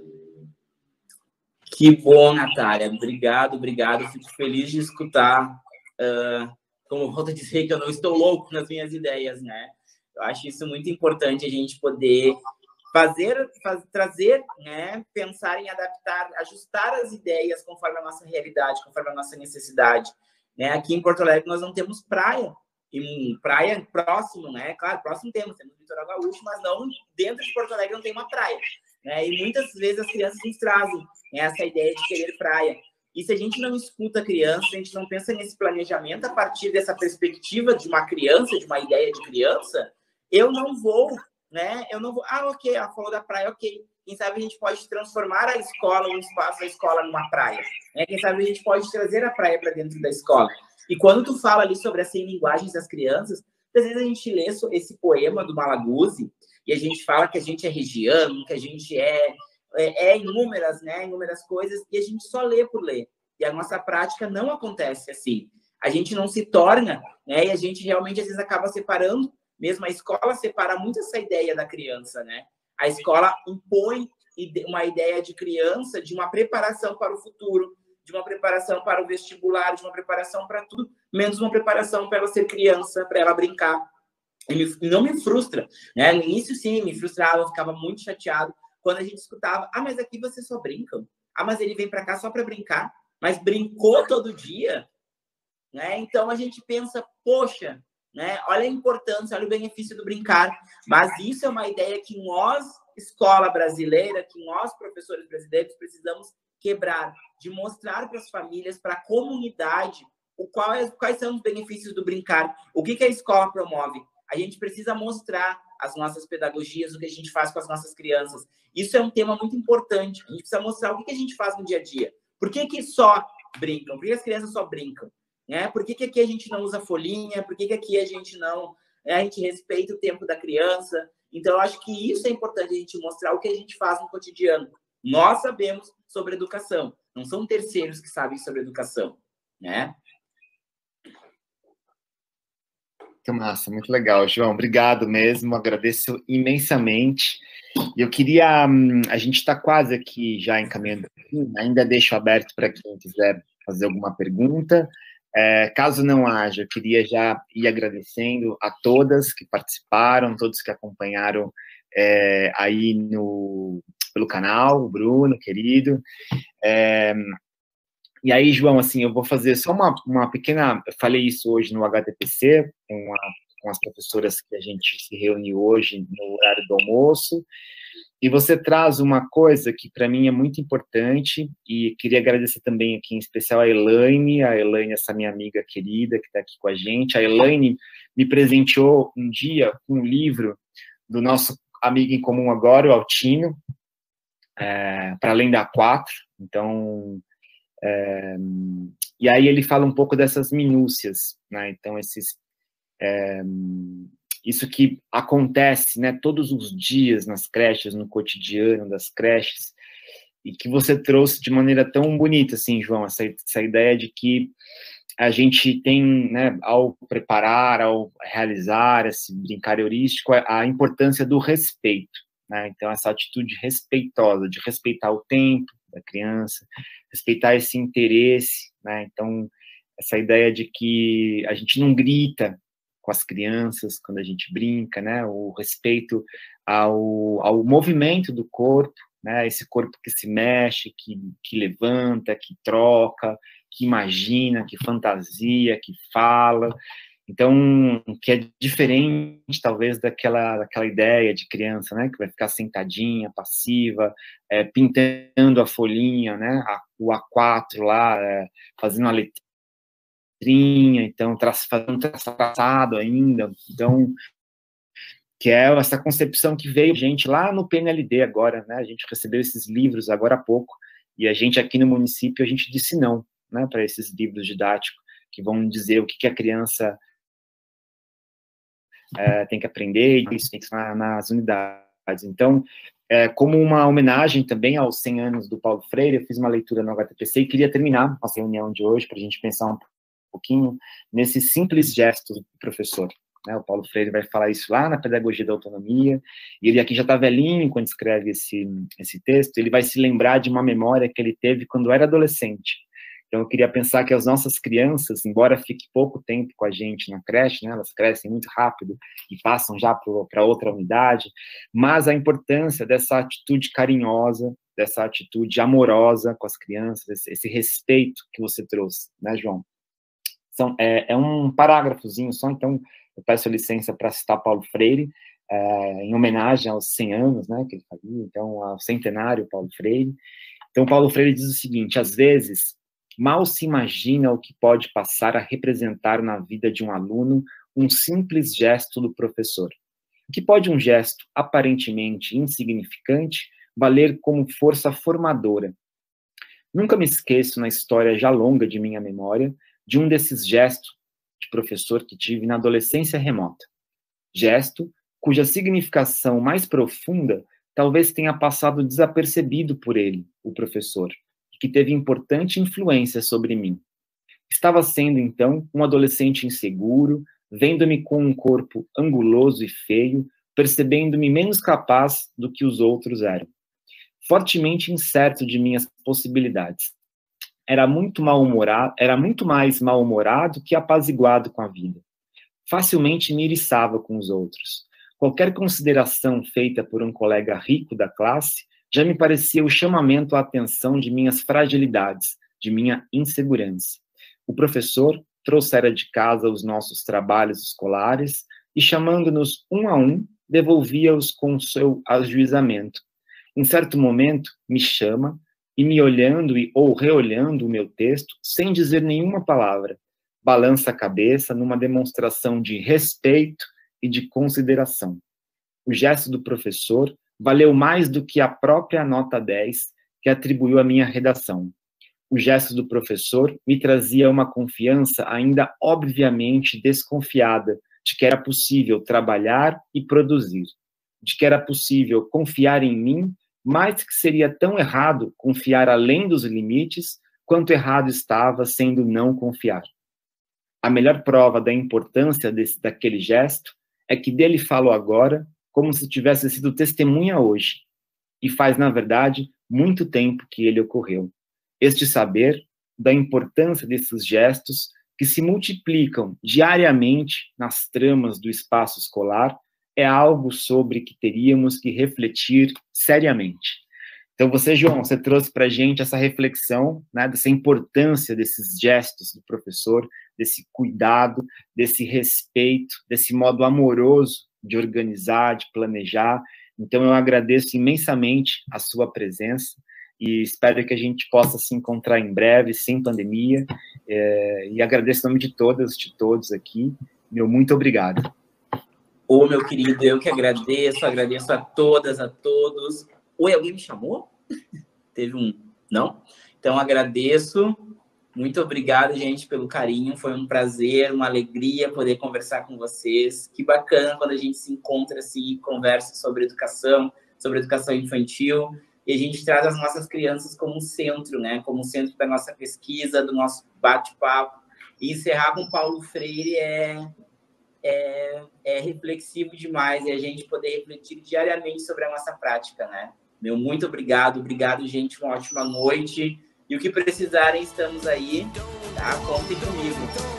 Que bom, Natália. Obrigado, obrigado. Fico feliz de escutar. Uh, como volto a dizer que eu não estou louco nas minhas ideias, né? Eu acho isso muito importante, a gente poder fazer, faz, trazer, né? Pensar em adaptar, ajustar as ideias conforme a nossa realidade, conforme a nossa necessidade. Né? Aqui em Porto Alegre nós não temos praia. Em praia próximo, né? Claro, próximo temos, temos o Litoral Gaúcho, mas não dentro de Porto Alegre não tem uma praia. Né? E muitas vezes as crianças nos trazem, né, essa ideia de querer praia. E se a gente não escuta a criança, a gente não pensa nesse planejamento a partir dessa perspectiva de uma criança, de uma ideia de criança, eu não vou, né? Eu não vou. Ah, ok, ela falou da praia, ok. Quem sabe a gente pode transformar a escola, um espaço da escola numa praia. Né? Quem sabe a gente pode trazer a praia para dentro da escola. E quando tu fala ali sobre as cem linguagens das crianças, às vezes a gente lê esse poema do Malaguzzi e a gente fala que a gente é regiano, que a gente é, é, é inúmeras, né, inúmeras coisas, e a gente só lê por ler. E a nossa prática não acontece assim. A gente não se torna, né, e a gente realmente, às vezes, acaba separando, mesmo a escola separa muito essa ideia da criança, né? A escola impõe uma ideia de criança, de uma preparação para o futuro, de uma preparação para o vestibular, de uma preparação para tudo, menos uma preparação para ela ser criança, para ela brincar. E me, não me frustra, né? No início, sim, me frustrava, eu ficava muito chateado quando a gente escutava, ah, mas aqui vocês só brincam. Ah, mas ele vem para cá só para brincar. Mas brincou todo dia, né? Então, a gente pensa, poxa, né? Olha a importância, olha o benefício do brincar. Mas isso é uma ideia que nós, escola brasileira, que nós, professores brasileiros, precisamos quebrar, de mostrar para as famílias, para a comunidade, o qual é, quais são os benefícios do brincar, o que, que a escola promove. A gente precisa mostrar as nossas pedagogias, o que a gente faz com as nossas crianças. Isso é um tema muito importante. A gente precisa mostrar o que, que a gente faz no dia a dia. Por que, que só brincam? Por que as crianças só brincam? Né? Por que, que aqui a gente não usa folhinha? Por que, que aqui a gente não... Né? A gente respeita o tempo da criança. Então, eu acho que isso é importante a gente mostrar o que a gente faz no cotidiano. Nós sabemos sobre educação. Não são terceiros que sabem sobre educação, né? Que massa, muito legal, João. Obrigado mesmo, agradeço imensamente. Eu queria, a gente está quase aqui já encaminhando, ainda deixo aberto para quem quiser fazer alguma pergunta. É, caso não haja, eu queria já ir agradecendo a todas que participaram, todos que acompanharam é, aí no, pelo canal, o Bruno, querido. É, e aí, João, assim, eu vou fazer só uma, uma pequena... Eu falei isso hoje no H T P C, com, a, com as professoras que a gente se reuniu hoje no horário do almoço. E você traz uma coisa que para mim é muito importante, e queria agradecer também aqui em especial a Elaine, a Elaine, essa minha amiga querida que está aqui com a gente. A Elaine me presenteou um dia com um livro do nosso amigo em comum agora, o Altino, é, Para Além da Quatro. Então, é, e aí ele fala um pouco dessas minúcias, né? Então, esses... É, isso que acontece, né, todos os dias nas creches, no cotidiano das creches, e que você trouxe de maneira tão bonita, assim, João, essa, essa ideia de que a gente tem, né, ao preparar, ao realizar esse brincar heurístico, a importância do respeito, né? Então, essa atitude respeitosa, de respeitar o tempo da criança, respeitar esse interesse, né? Então, essa ideia de que a gente não grita com as crianças, quando a gente brinca, né, o respeito ao, ao movimento do corpo, né, esse corpo que se mexe, que, que levanta, que troca, que imagina, que fantasia, que fala. Então, que é diferente, talvez, daquela, daquela ideia de criança, né, que vai ficar sentadinha, passiva, é, pintando a folhinha, né, a, o A quatro lá, é, fazendo a letra, então, fazendo traçado ainda, então, que é essa concepção que veio, gente, lá no P N L D agora, né, a gente recebeu esses livros agora há pouco, e a gente aqui no município, a gente disse não, né, para esses livros didáticos, que vão dizer o que, que a criança é, tem que aprender, e isso tem que estar nas unidades. Então, é, como uma homenagem também aos cem anos do Paulo Freire, eu fiz uma leitura no H T P C e queria terminar a reunião de hoje, para a gente pensar um pouquinho nesse simples gesto do professor, né? O Paulo Freire vai falar isso lá na Pedagogia da Autonomia, e ele aqui já está velhinho quando escreve esse, esse texto, ele vai se lembrar de uma memória que ele teve quando era adolescente. Então, eu queria pensar que as nossas crianças, embora fique pouco tempo com a gente na creche, né, elas crescem muito rápido e passam já para outra unidade, mas a importância dessa atitude carinhosa, dessa atitude amorosa com as crianças, esse, esse respeito que você trouxe, né, João? São, é, é um parágrafozinho só, então eu peço licença para citar Paulo Freire, é, em homenagem aos cem anos, né, que ele fazia, então, ao centenário Paulo Freire. Então, Paulo Freire diz o seguinte: às vezes, mal se imagina o que pode passar a representar na vida de um aluno um simples gesto do professor. Que pode um gesto aparentemente insignificante valer como força formadora. Nunca me esqueço, na história já longa de minha memória, de um desses gestos de professor que tive na adolescência remota. Gesto cuja significação mais profunda talvez tenha passado desapercebido por ele, o professor, que teve importante influência sobre mim. Estava sendo, então, um adolescente inseguro, vendo-me com um corpo anguloso e feio, percebendo-me menos capaz do que os outros eram. Fortemente incerto de minhas possibilidades. Era muito mal-humorado, era muito mais mal-humorado que apaziguado com a vida. Facilmente me iriçava com os outros. Qualquer consideração feita por um colega rico da classe já me parecia o chamamento à atenção de minhas fragilidades, de minha insegurança. O professor trouxera de casa os nossos trabalhos escolares e, chamando-nos um a um, devolvia-os com seu ajuizamento. Em certo momento, me chama, e me olhando e, ou reolhando o meu texto, sem dizer nenhuma palavra, balança a cabeça numa demonstração de respeito e de consideração. O gesto do professor valeu mais do que a própria nota dez que atribuiu à minha redação. O gesto do professor me trazia uma confiança ainda obviamente desconfiada de que era possível trabalhar e produzir, de que era possível confiar em mim, mas que seria tão errado confiar além dos limites, quanto errado estava sendo não confiar. A melhor prova da importância desse, daquele gesto é que dele falo agora como se tivesse sido testemunha hoje. E faz, na verdade, muito tempo que ele ocorreu. Este saber da importância desses gestos que se multiplicam diariamente nas tramas do espaço escolar é algo sobre que teríamos que refletir seriamente. Então, você, João, você trouxe para a gente essa reflexão, né, dessa importância desses gestos do professor, desse cuidado, desse respeito, desse modo amoroso de organizar, de planejar. Então, eu agradeço imensamente a sua presença e espero que a gente possa se encontrar em breve, sem pandemia, é, e agradeço em nome de todas, de todos aqui. Meu muito obrigado. Ô, meu querido, eu que agradeço, agradeço a todas, a todos. Oi, alguém me chamou? Teve um... Não? Então, agradeço. Muito obrigado, gente, pelo carinho. Foi um prazer, uma alegria poder conversar com vocês. Que bacana quando a gente se encontra assim e conversa sobre educação, sobre educação infantil. E a gente traz as nossas crianças como centro, né? Como centro da nossa pesquisa, do nosso bate-papo. E encerrar com Paulo Freire é... É, é reflexivo demais, e a gente poder refletir diariamente sobre a nossa prática, né? Meu muito obrigado, obrigado, gente, uma ótima noite, e o que precisarem, estamos aí, tá? Contem comigo.